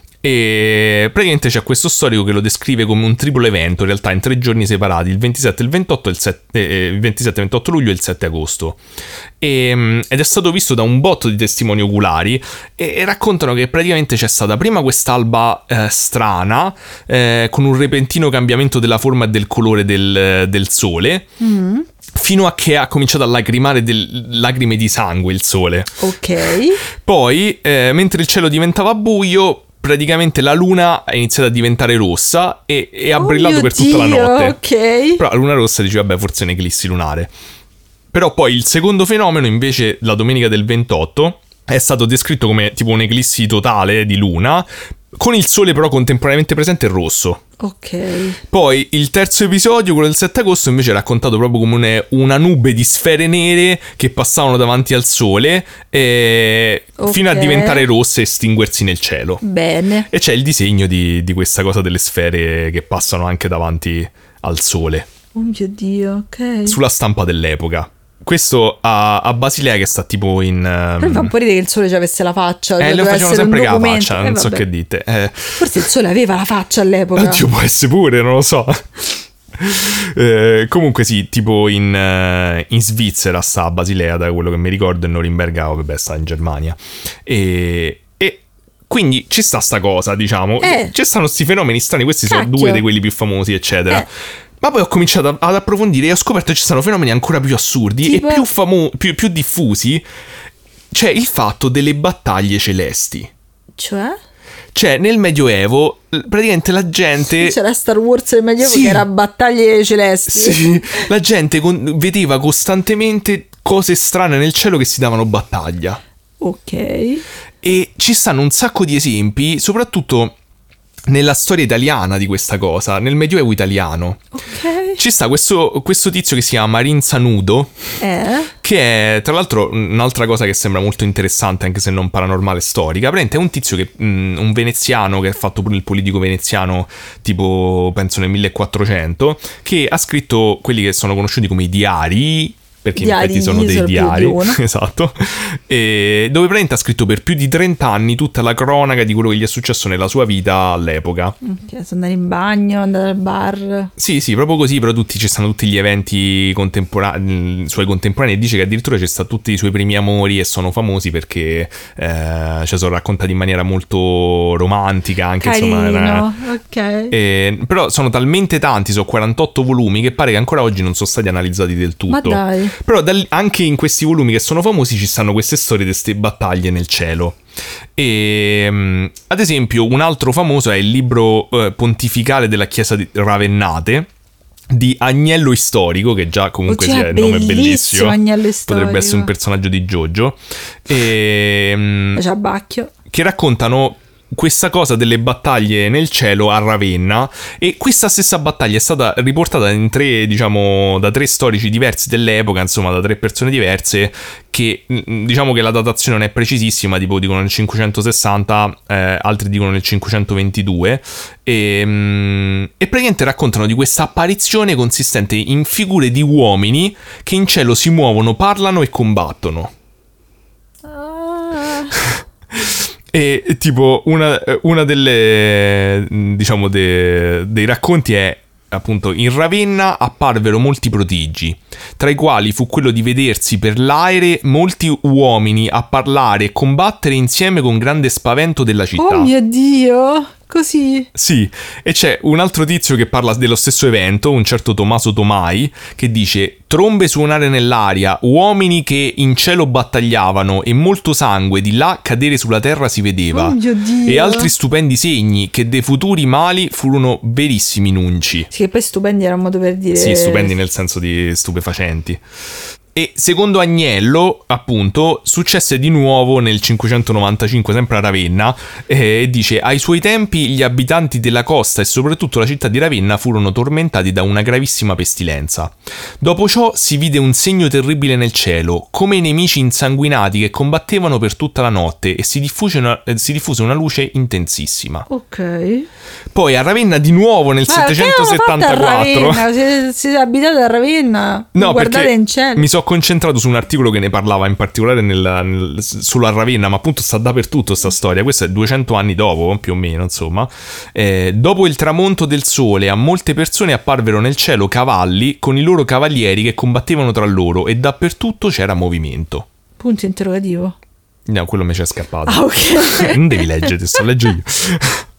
E praticamente c'è questo storico che lo descrive come un triplo evento, in realtà in tre giorni separati, il ventisette, il ventotto, e il, sette, eh, il ventisette, ventotto luglio e il sette agosto. E, mm, ed è stato visto da un botto di testimoni oculari, e, e raccontano che praticamente c'è stata prima quest'alba eh, strana, eh, con un repentino cambiamento della forma e del colore del, del sole, Mm. fino a che ha cominciato a lacrimare del, lacrime di sangue il sole. Ok. Poi, eh, mentre il cielo diventava buio, praticamente la luna ha iniziato a diventare rossa e, e ha Oh brillato mio per tutta la Dio, notte. Ok. Però la luna rossa dice, vabbè, forse è un'eclissi lunare. Però poi il secondo fenomeno, invece, la domenica del ventotto, è stato descritto come tipo un'eclissi totale di luna, con il sole però contemporaneamente presente e rosso. Ok. Poi il terzo episodio, quello del sette agosto, invece è raccontato proprio come un- una nube di sfere nere che passavano davanti al sole, eh, Ok. fino a diventare rosse e estinguersi nel cielo. Bene. E c'è il disegno di, di questa cosa delle sfere che passano anche davanti al sole, Oh mio Dio, ok. sulla stampa dell'epoca. Questo a, a Basilea, che sta tipo in... Però mi fa un ehm, po' ridere che il sole ci avesse la faccia. eh, lo doveva facevano essere un sempre con la documento. faccia, Eh, non so vabbè. che dite. Eh, Forse il sole aveva la faccia all'epoca. Oddio, può essere pure, non lo so. Eh, comunque sì, tipo in, eh, in Svizzera sta a Basilea, da quello che mi ricordo, e Norimberga, vabbè, sta in Germania. E, e quindi ci sta sta cosa, diciamo. Eh. Ci stanno sti fenomeni strani, questi sono Cacchio. due di quelli più famosi, eccetera. Eh. Ma poi ho cominciato a- ad approfondire e ho scoperto che ci stanno fenomeni ancora più assurdi Tipo? e più, famo- più, più diffusi. C'è il fatto delle battaglie celesti. Cioè? Cioè, nel Medioevo, l- praticamente la gente... C'era Star Wars del Medioevo Sì. che era battaglie celesti. Sì, la gente con- vedeva costantemente cose strane nel cielo che si davano battaglia. Ok. E ci stanno un sacco di esempi, soprattutto nella storia italiana di questa cosa, nel Medioevo italiano. Ok. Ci sta questo, questo tizio che si chiama Marin Sanudo, Eh? che è tra l'altro un'altra cosa che sembra molto interessante, anche se non paranormale storica. Praticamente è un tizio che, mh, un veneziano, che ha fatto pure il politico veneziano tipo penso nel millequattrocento, che ha scritto quelli che sono conosciuti come i diari, perché Diari, in effetti sono dei sono più diari, di uno. esatto, e dove praticamente ha scritto per più di trenta anni tutta la cronaca di quello che gli è successo nella sua vita all'epoca. Ok, sono andare in bagno, andare al bar. Sì, sì, proprio così, però tutti, ci stanno tutti gli eventi contemporanei, suoi contemporanei, e dice che addirittura ci stanno tutti i suoi primi amori e sono famosi perché eh, ci sono raccontati in maniera molto romantica, anche Carino, insomma... era- ok. eh, però sono talmente tanti, sono quarantotto volumi, che pare che ancora oggi non sono stati analizzati del tutto. Ma dai. Però da lì, anche in questi volumi che sono famosi ci stanno queste storie di queste battaglie nel cielo. E um, ad esempio un altro famoso è il libro uh, pontificale della chiesa di Ravennate di Agnello Istorico, che già comunque Oddio, sia il nome è bellissimo, Agnello Istorico. potrebbe essere un personaggio di JoJo, e, um, Ciabacchio. che raccontano questa cosa delle battaglie nel cielo a Ravenna, e questa stessa battaglia è stata riportata in tre, diciamo, da tre storici diversi dell'epoca, insomma da tre persone diverse, che diciamo che la datazione non è precisissima, tipo dicono nel cinquecentosessanta, eh, altri dicono nel cinquecentoventidue, e, e praticamente raccontano di questa apparizione consistente in figure di uomini che in cielo si muovono, parlano e combattono. Ah. E tipo una, una delle, diciamo, de, dei racconti è appunto: in Ravenna apparvero molti prodigi, tra i quali fu quello di vedersi per l'aere molti uomini a parlare e combattere insieme con grande spavento della città. Oh mio Dio, così. Sì, e c'è un altro tizio che parla dello stesso evento, un certo Tommaso Tomai, che dice: trombe suonare nell'aria, uomini che in cielo battagliavano e molto sangue di là cadere sulla terra si vedeva. Oh mio Dio. E altri stupendi segni che dei futuri mali furono verissimi nunci. Sì, che poi stupendi era un modo per dire... Sì, stupendi nel senso di stupefacenti. E secondo Agnello, appunto, successe di nuovo nel cinquecentonovantacinque, sempre a Ravenna, e dice: ai suoi tempi gli abitanti della costa e soprattutto la città di Ravenna furono tormentati da una gravissima pestilenza. Dopo ciò si vide un segno terribile nel cielo, come i nemici insanguinati che combattevano per tutta la notte, e si diffuse una, eh, si diffuse una luce intensissima. Ok. Poi a Ravenna di nuovo nel Ma settecentosettantaquattro. Se siete abitati a Ravenna, No, guardate perché in cielo. mi sono concentrato su un articolo che ne parlava in particolare nel, nel, sulla Ravenna, ma appunto sta dappertutto sta storia. Questo è duecento anni dopo, più o meno, insomma. Eh, dopo il tramonto del sole, a molte persone apparvero nel cielo cavalli con i loro cavalieri che combattevano tra loro, e dappertutto c'era movimento. Punto interrogativo. No, quello mi c'è scappato. Ah, ok. Non devi leggere, te sto leggendo io.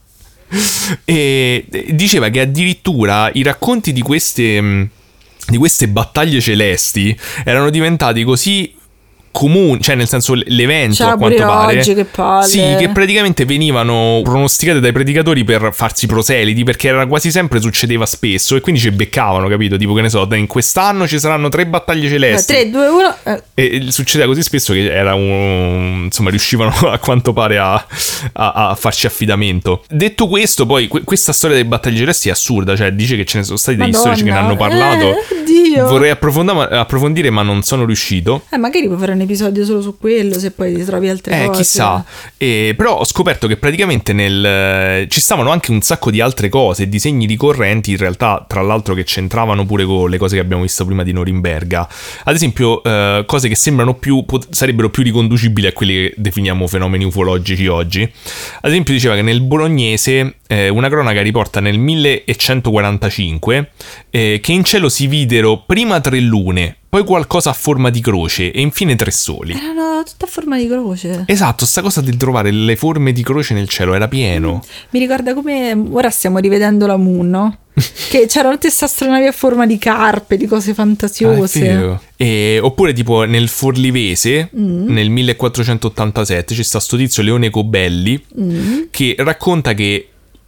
E diceva che addirittura i racconti di queste di queste battaglie celesti erano diventati così comuni, cioè nel senso l'evento, cioè, a quanto pare oggi, che palle. sì, che praticamente venivano pronosticate dai predicatori per farsi proseliti, perché era quasi sempre, succedeva spesso, e quindi ci beccavano, capito? Tipo, che ne so, in quest'anno ci saranno tre battaglie celesti, tre, due, uno eh. e succedeva così spesso che era un, insomma, riuscivano a quanto pare a, a, a farci affidamento. Detto questo, poi que- questa storia delle battaglie celesti è assurda, cioè dice che ce ne sono stati degli Madonna. storici che ne hanno parlato. eh, Dio. Vorrei approfonda- approfondire, ma non sono riuscito. Eh, magari puoi fare un episodio solo su quello, se poi ti trovi altre Eh, cose. chissà. Eh, però ho scoperto che praticamente nel ci stavano anche un sacco di altre cose, disegni ricorrenti, in realtà, tra l'altro, che c'entravano pure con le cose che abbiamo visto prima di Norimberga. Ad esempio, eh, cose che sembrano più pot- sarebbero più riconducibili a quelli che definiamo fenomeni ufologici oggi. Ad esempio, diceva che nel bolognese eh, una cronaca riporta nel millecentoquarantacinque eh, che in cielo si videro prima tre lune, poi qualcosa a forma di croce e infine tre soli. Erano tutte a forma di croce. Esatto, sta cosa del trovare le forme di croce nel cielo era pieno. Mi ricorda come ora stiamo rivedendo la Moon, no? Che c'erano tutte queste astronavi a forma di carpe, di cose fantasiose. Ah, è vero. E, oppure tipo nel Forlivese, Mm. nel millequattrocentottantasette, c'è sta sto tizio Leone Cobelli Mm. che racconta che,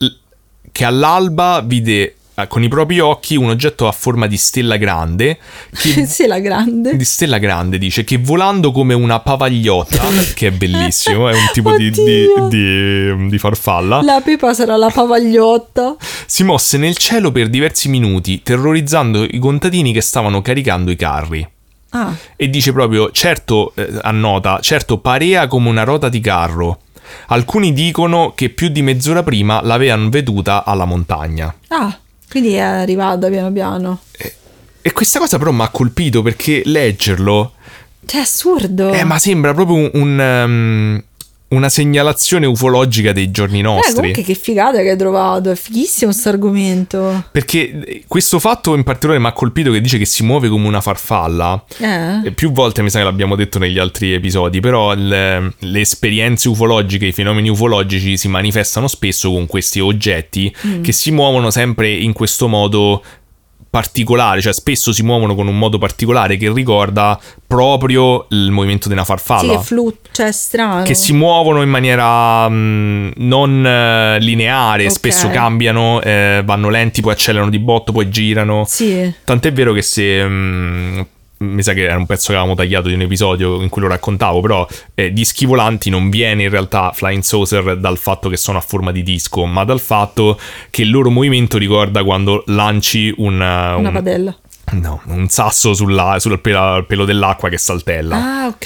che all'alba vide eh, con i propri occhi un oggetto a forma di stella grande che, Sì, la grande. di stella grande, dice, che volando come una pavagliotta, che è bellissimo, è un tipo di, di, Oddio. di, di farfalla, La Pepa sarà la pavagliotta. si mosse nel cielo per diversi minuti, terrorizzando i contadini che stavano caricando i carri. Ah, E dice proprio, certo, eh, annota, certo parea come una rota di carro. Alcuni dicono che più di mezz'ora prima l'avevano veduta alla montagna. ah, quindi è arrivata piano piano. E, e questa cosa però mi ha colpito, perché leggerlo, Cioè, è assurdo. eh, ma sembra proprio un, un, um, una segnalazione ufologica dei giorni Eh, nostri. comunque che figata che hai trovato, è fighissimo sto argomento. Perché questo fatto in particolare mi ha colpito, che dice che si muove come una farfalla. Eh? E più volte mi sa che l'abbiamo detto negli altri episodi, però le, le esperienze ufologiche, i fenomeni ufologici si manifestano spesso con questi oggetti Mm. che si muovono sempre in questo modo particolare, cioè spesso si muovono con un modo particolare che ricorda proprio il movimento di una farfalla. Sì, che flut- cioè strano. Che si muovono in maniera mh, non eh, lineare, Ok. spesso cambiano, eh, vanno lenti, poi accelerano di botto, poi girano. Sì. Tant'è vero che se... mh, mi sa che era un pezzo che avevamo tagliato di un episodio in cui lo raccontavo, però eh, dischi volanti non viene in realtà Flying Saucer dal fatto che sono a forma di disco, ma dal fatto che il loro movimento ricorda quando lanci un, Una un, padella. no, un sasso sulla, sul pelo, pelo dell'acqua che saltella. Ah, ok.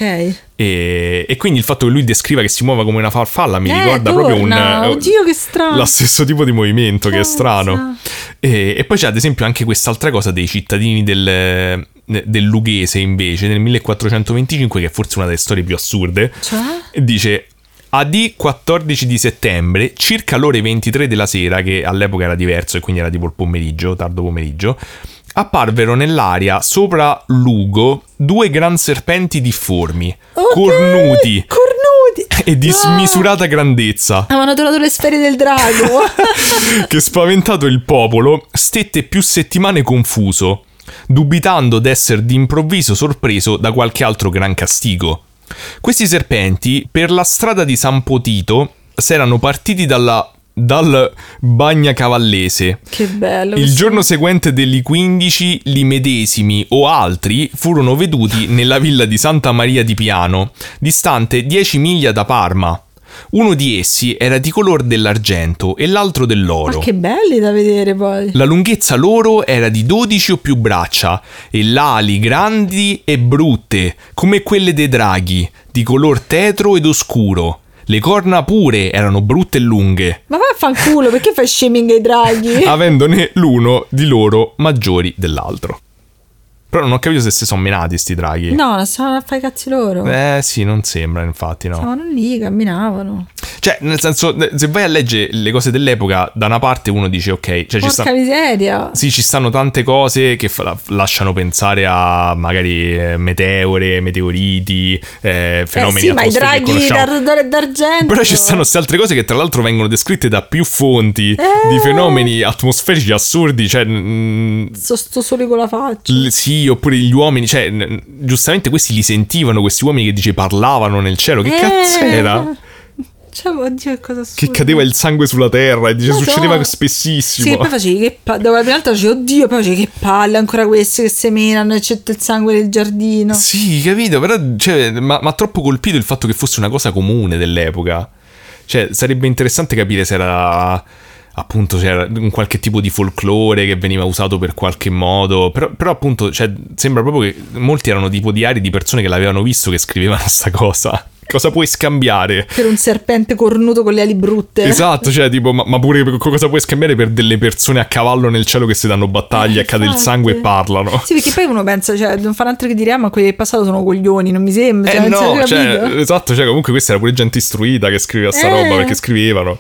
E, e quindi il fatto che lui descriva che si muova come una farfalla mi Eh, ricorda proprio un torna. Oddio, che strano. lo stesso tipo di movimento, che è Cazzo. strano. E, e poi c'è ad esempio anche quest'altra cosa dei cittadini del, del Lughese invece nel millequattrocentoventicinque, che è forse una delle storie più assurde. Cioè? E dice: A D quattordici di settembre, circa l'ore ventitré della sera, che all'epoca era diverso e quindi era tipo il pomeriggio, tardo pomeriggio, apparvero nell'aria sopra Lugo due gran serpenti difformi, Ok, cornuti Cornuti. e di No. smisurata grandezza, Avevano donato le sfere del drago. che spaventato il popolo stette più settimane confuso, dubitando d'essere d'improvviso sorpreso da qualche altro gran castigo. Questi serpenti per la strada di San Potito s'erano partiti dalla dal Bagnacavallese. Che bello. Il questo- giorno seguente degli quindici, li medesimi o altri furono veduti nella villa di Santa Maria di Piano, distante dieci miglia da Parma. Uno di essi era di color dell'argento e l'altro dell'oro. Ma che belli da vedere poi. La lunghezza loro era di dodici o più braccia e l'ali grandi e brutte, come quelle dei draghi, di color tetro ed oscuro. Le corna pure erano brutte e lunghe, Ma vaffanculo, perché fai shaming ai draghi? avendone l'uno di loro maggiori dell'altro. Però non ho capito se si sono menati sti draghi. No, stavano a fare i cazzi loro. Eh sì, non sembra infatti, no. Stavano lì, camminavano. Cioè, nel senso, se vai a leggere le cose dell'epoca, da una parte uno dice ok, cioè ci Porca sta... miseria. Sì, ci stanno tante cose che fa- lasciano pensare a magari eh, meteore, meteoriti, eh, fenomeni eh sì, ma i atmosferici che draghi conosciamo. d'ar- d'ar- d'argento. Però ci stanno queste altre cose che tra l'altro vengono descritte da più fonti Eh. di fenomeni atmosferici assurdi, cioè mm, Sto, sto soli con la faccia. l- sì, oppure gli uomini, cioè n- giustamente questi li sentivano, questi uomini che dice parlavano nel cielo, che Eh. cazzo era? Cioè, oddio, che cosa Che assurda. cadeva il sangue sulla terra e dice Madonna. succedeva Sì, spessissimo. e poi facevi che palle. Dopo la prima volta facevi, oddio, poi facevi che palle, ancora questi che semenano e c'è il sangue del giardino. Sì, capito, però cioè, ma ha troppo colpito il fatto che fosse una cosa comune dell'epoca. Cioè, sarebbe interessante capire se era appunto c'era un qualche tipo di folklore che veniva usato per qualche modo, però, però appunto cioè, sembra proprio che molti erano tipo diari di persone che l'avevano visto che scrivevano sta cosa. Cosa puoi scambiare? Per un serpente cornuto con le ali brutte. Esatto, cioè tipo, ma, ma pure cosa puoi scambiare per delle persone a cavallo nel cielo che si danno battaglia, Eh, cade il infatti. sangue e parlano? Sì, perché poi uno pensa, cioè, non fanno altro che dire, ah, ma quelli del passato sono coglioni, non mi sembra. Eh Cioè, non no, si è cioè, capito? esatto, cioè comunque questa era pure gente istruita che scriveva sta Eh. roba, perché scrivevano.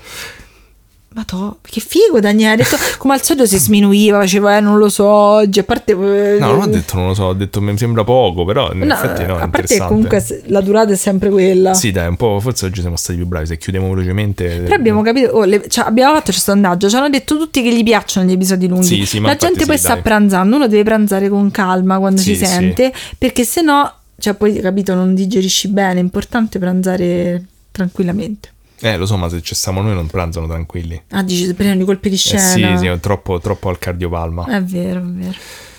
Ma to, che figo Daniele, ha detto, come al solito si sminuiva, faceva, eh, non lo so, oggi, a parte... eh, No, non ho detto non lo so, ho detto mi sembra poco, però in no, effetti no, è a parte che interessante. comunque se- la durata è sempre quella. Sì, dai, un po', forse oggi siamo stati più bravi, se chiudiamo velocemente. Però abbiamo capito, oh, le- cioè, abbiamo fatto questo sondaggio, ci hanno detto tutti che gli piacciono gli episodi lunghi. Sì, sì, ma la infatti gente poi sì, sta dai. pranzando, uno deve pranzare con calma quando Sì, si sì. sente, perché se no, cioè poi capito, non digerisci bene, è importante pranzare tranquillamente. Eh, lo so, ma se ci stiamo noi non pranzano tranquilli. Ah, dici, prendono i colpi di Eh scena. sì, sì, è troppo, troppo al cardiopalma. È vero, è vero.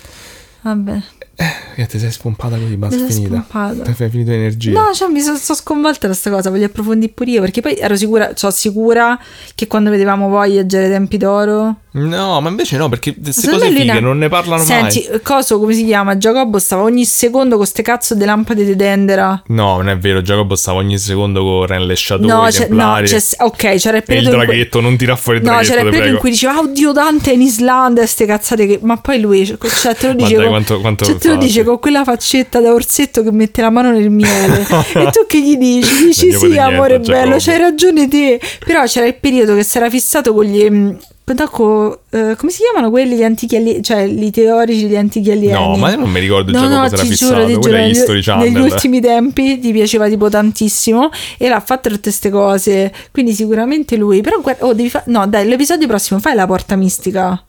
Vabbè. Che ti sei spompata così, basta, Mi è sono finita. spompata. Ti hai finito l'energia. No, cioè mi sono sto sconvolta da sta cosa, voglio approfondire pure io, perché poi ero sicura, sono sicura che quando vedevamo Voyager ai tempi d'oro... No, ma invece no, perché queste Secondo cose me lui fighe ne- non ne parlano Senti, mai. coso, come si chiama? Giacobbo stava ogni secondo con ste cazzo di lampade di Dendera. No, non è vero, Giacobbo stava ogni secondo con Ren le Shadow, No, i c'è, no, Templari. c'è, ok, c'era il E il periodo in cui- draghetto, non tira fuori il No, draghetto, c'era il te periodo in prego. cui diceva, oddio, Dante è in Islanda e ste cazzate che... Ma poi lui, cioè te lo Ma dice, dai, con... quanto- quanto cioè, te lo fa, dice sì. con quella faccetta da orsetto che mette la mano nel miele. E tu che gli dici? Dici Non gli puoi sì, dire amore niente a bello, Giacobbo. c'hai ragione te. Però c'era il periodo che si era fissato con gli... mm, Tacco, eh, come si chiamano quelli gli antichi alieni, cioè i teorici gli antichi alieni? No, ma io non mi ricordo No, Giacobbo no, se era ti fissato, giuro, ti quello giuro, è negli, History Channel. negli ultimi tempi ti piaceva tipo tantissimo e l'ha fatta tutte queste cose, quindi sicuramente lui. Però guarda, oh, devi fa- no, dai, l'episodio prossimo fai la porta mistica.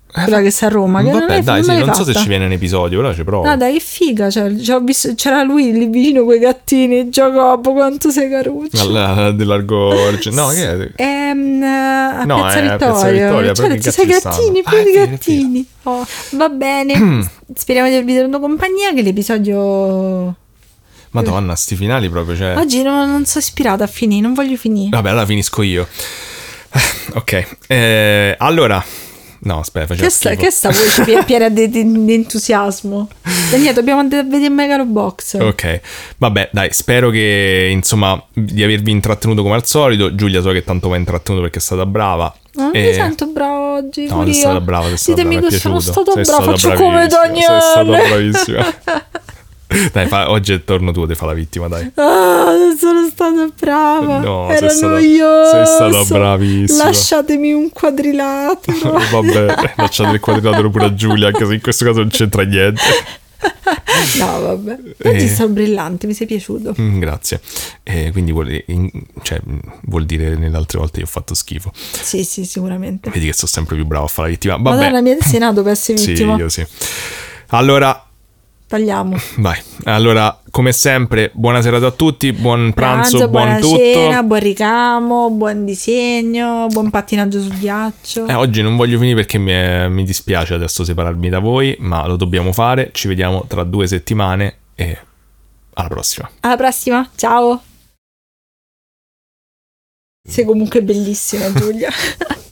quella che sta a Roma, che Vabbè, non, è, dai, non sì, l'hai non so se fatta. ci viene un episodio, però ci provo. No, dai, che figa, cioè, cioè, ho visto, c'era lui lì vicino con i gattini, Giacobbo, quanto sei caruccio. Alla, del largo no, che è? Ehm, a No, Piazza è a Piazza Vittoria, Vittoria, cioè, però che ci sei gatti ci gattini, stanno? più Ah, di è vero, è gattini. Oh, va bene, speriamo di avervi tenuto compagnia, che l'episodio... Madonna, sti finali proprio, cioè... Oggi non, non sono ispirata a finire, non voglio finire. Vabbè, allora finisco io. Ok, eh, allora... No, aspetta, facciamo Che sta, schifo. che sta voce pie- piena di, di- di entusiasmo? Daniele, dobbiamo andare a vedere Megalobox. Ok, vabbè, dai, spero che, insomma, di avervi intrattenuto come al solito. Giulia so che tanto mi ha intrattenuto perché è stata brava. Non E- mi sento brava oggi. No, pure sei io. stata brava, sei stata Ditemi brava, mi è che sono piaciuto. stata Sei brava, stata faccio come bravissima, Daniele. sei stata bravissima. Dai, fa, oggi è il torno tuo, ti fa la vittima, dai. Ah, non sono stata brava. No, sei Era stata- noioso. sei stata bravissima. Lasciatemi un quadrilatero. Vabbè, lasciate il quadrilatero pure a Giulia, anche se in questo caso non c'entra niente. No, vabbè. Oggi Eh. sono brillante, mi sei piaciuto. Mm, grazie. Eh, quindi vuol, in- cioè, vuol dire nelle altre volte che ho fatto schifo. Sì, sì, sicuramente. Vedi che sto sempre più bravo a fare la vittima. Vabbè. Madonna mia, sei nato per essere Sì, vittima. io sì. Allora, Tagliamo. vai. Allora, come sempre, buona serata a tutti, buon pranzo, buon buona tutto. cena, buon ricamo, buon disegno, buon pattinaggio sul ghiaccio. Eh, oggi non voglio finire perché mi, è- mi dispiace adesso separarmi da voi, ma lo dobbiamo fare. Ci vediamo tra due settimane e alla prossima. Alla prossima, ciao. Sei comunque bellissima, Giulia.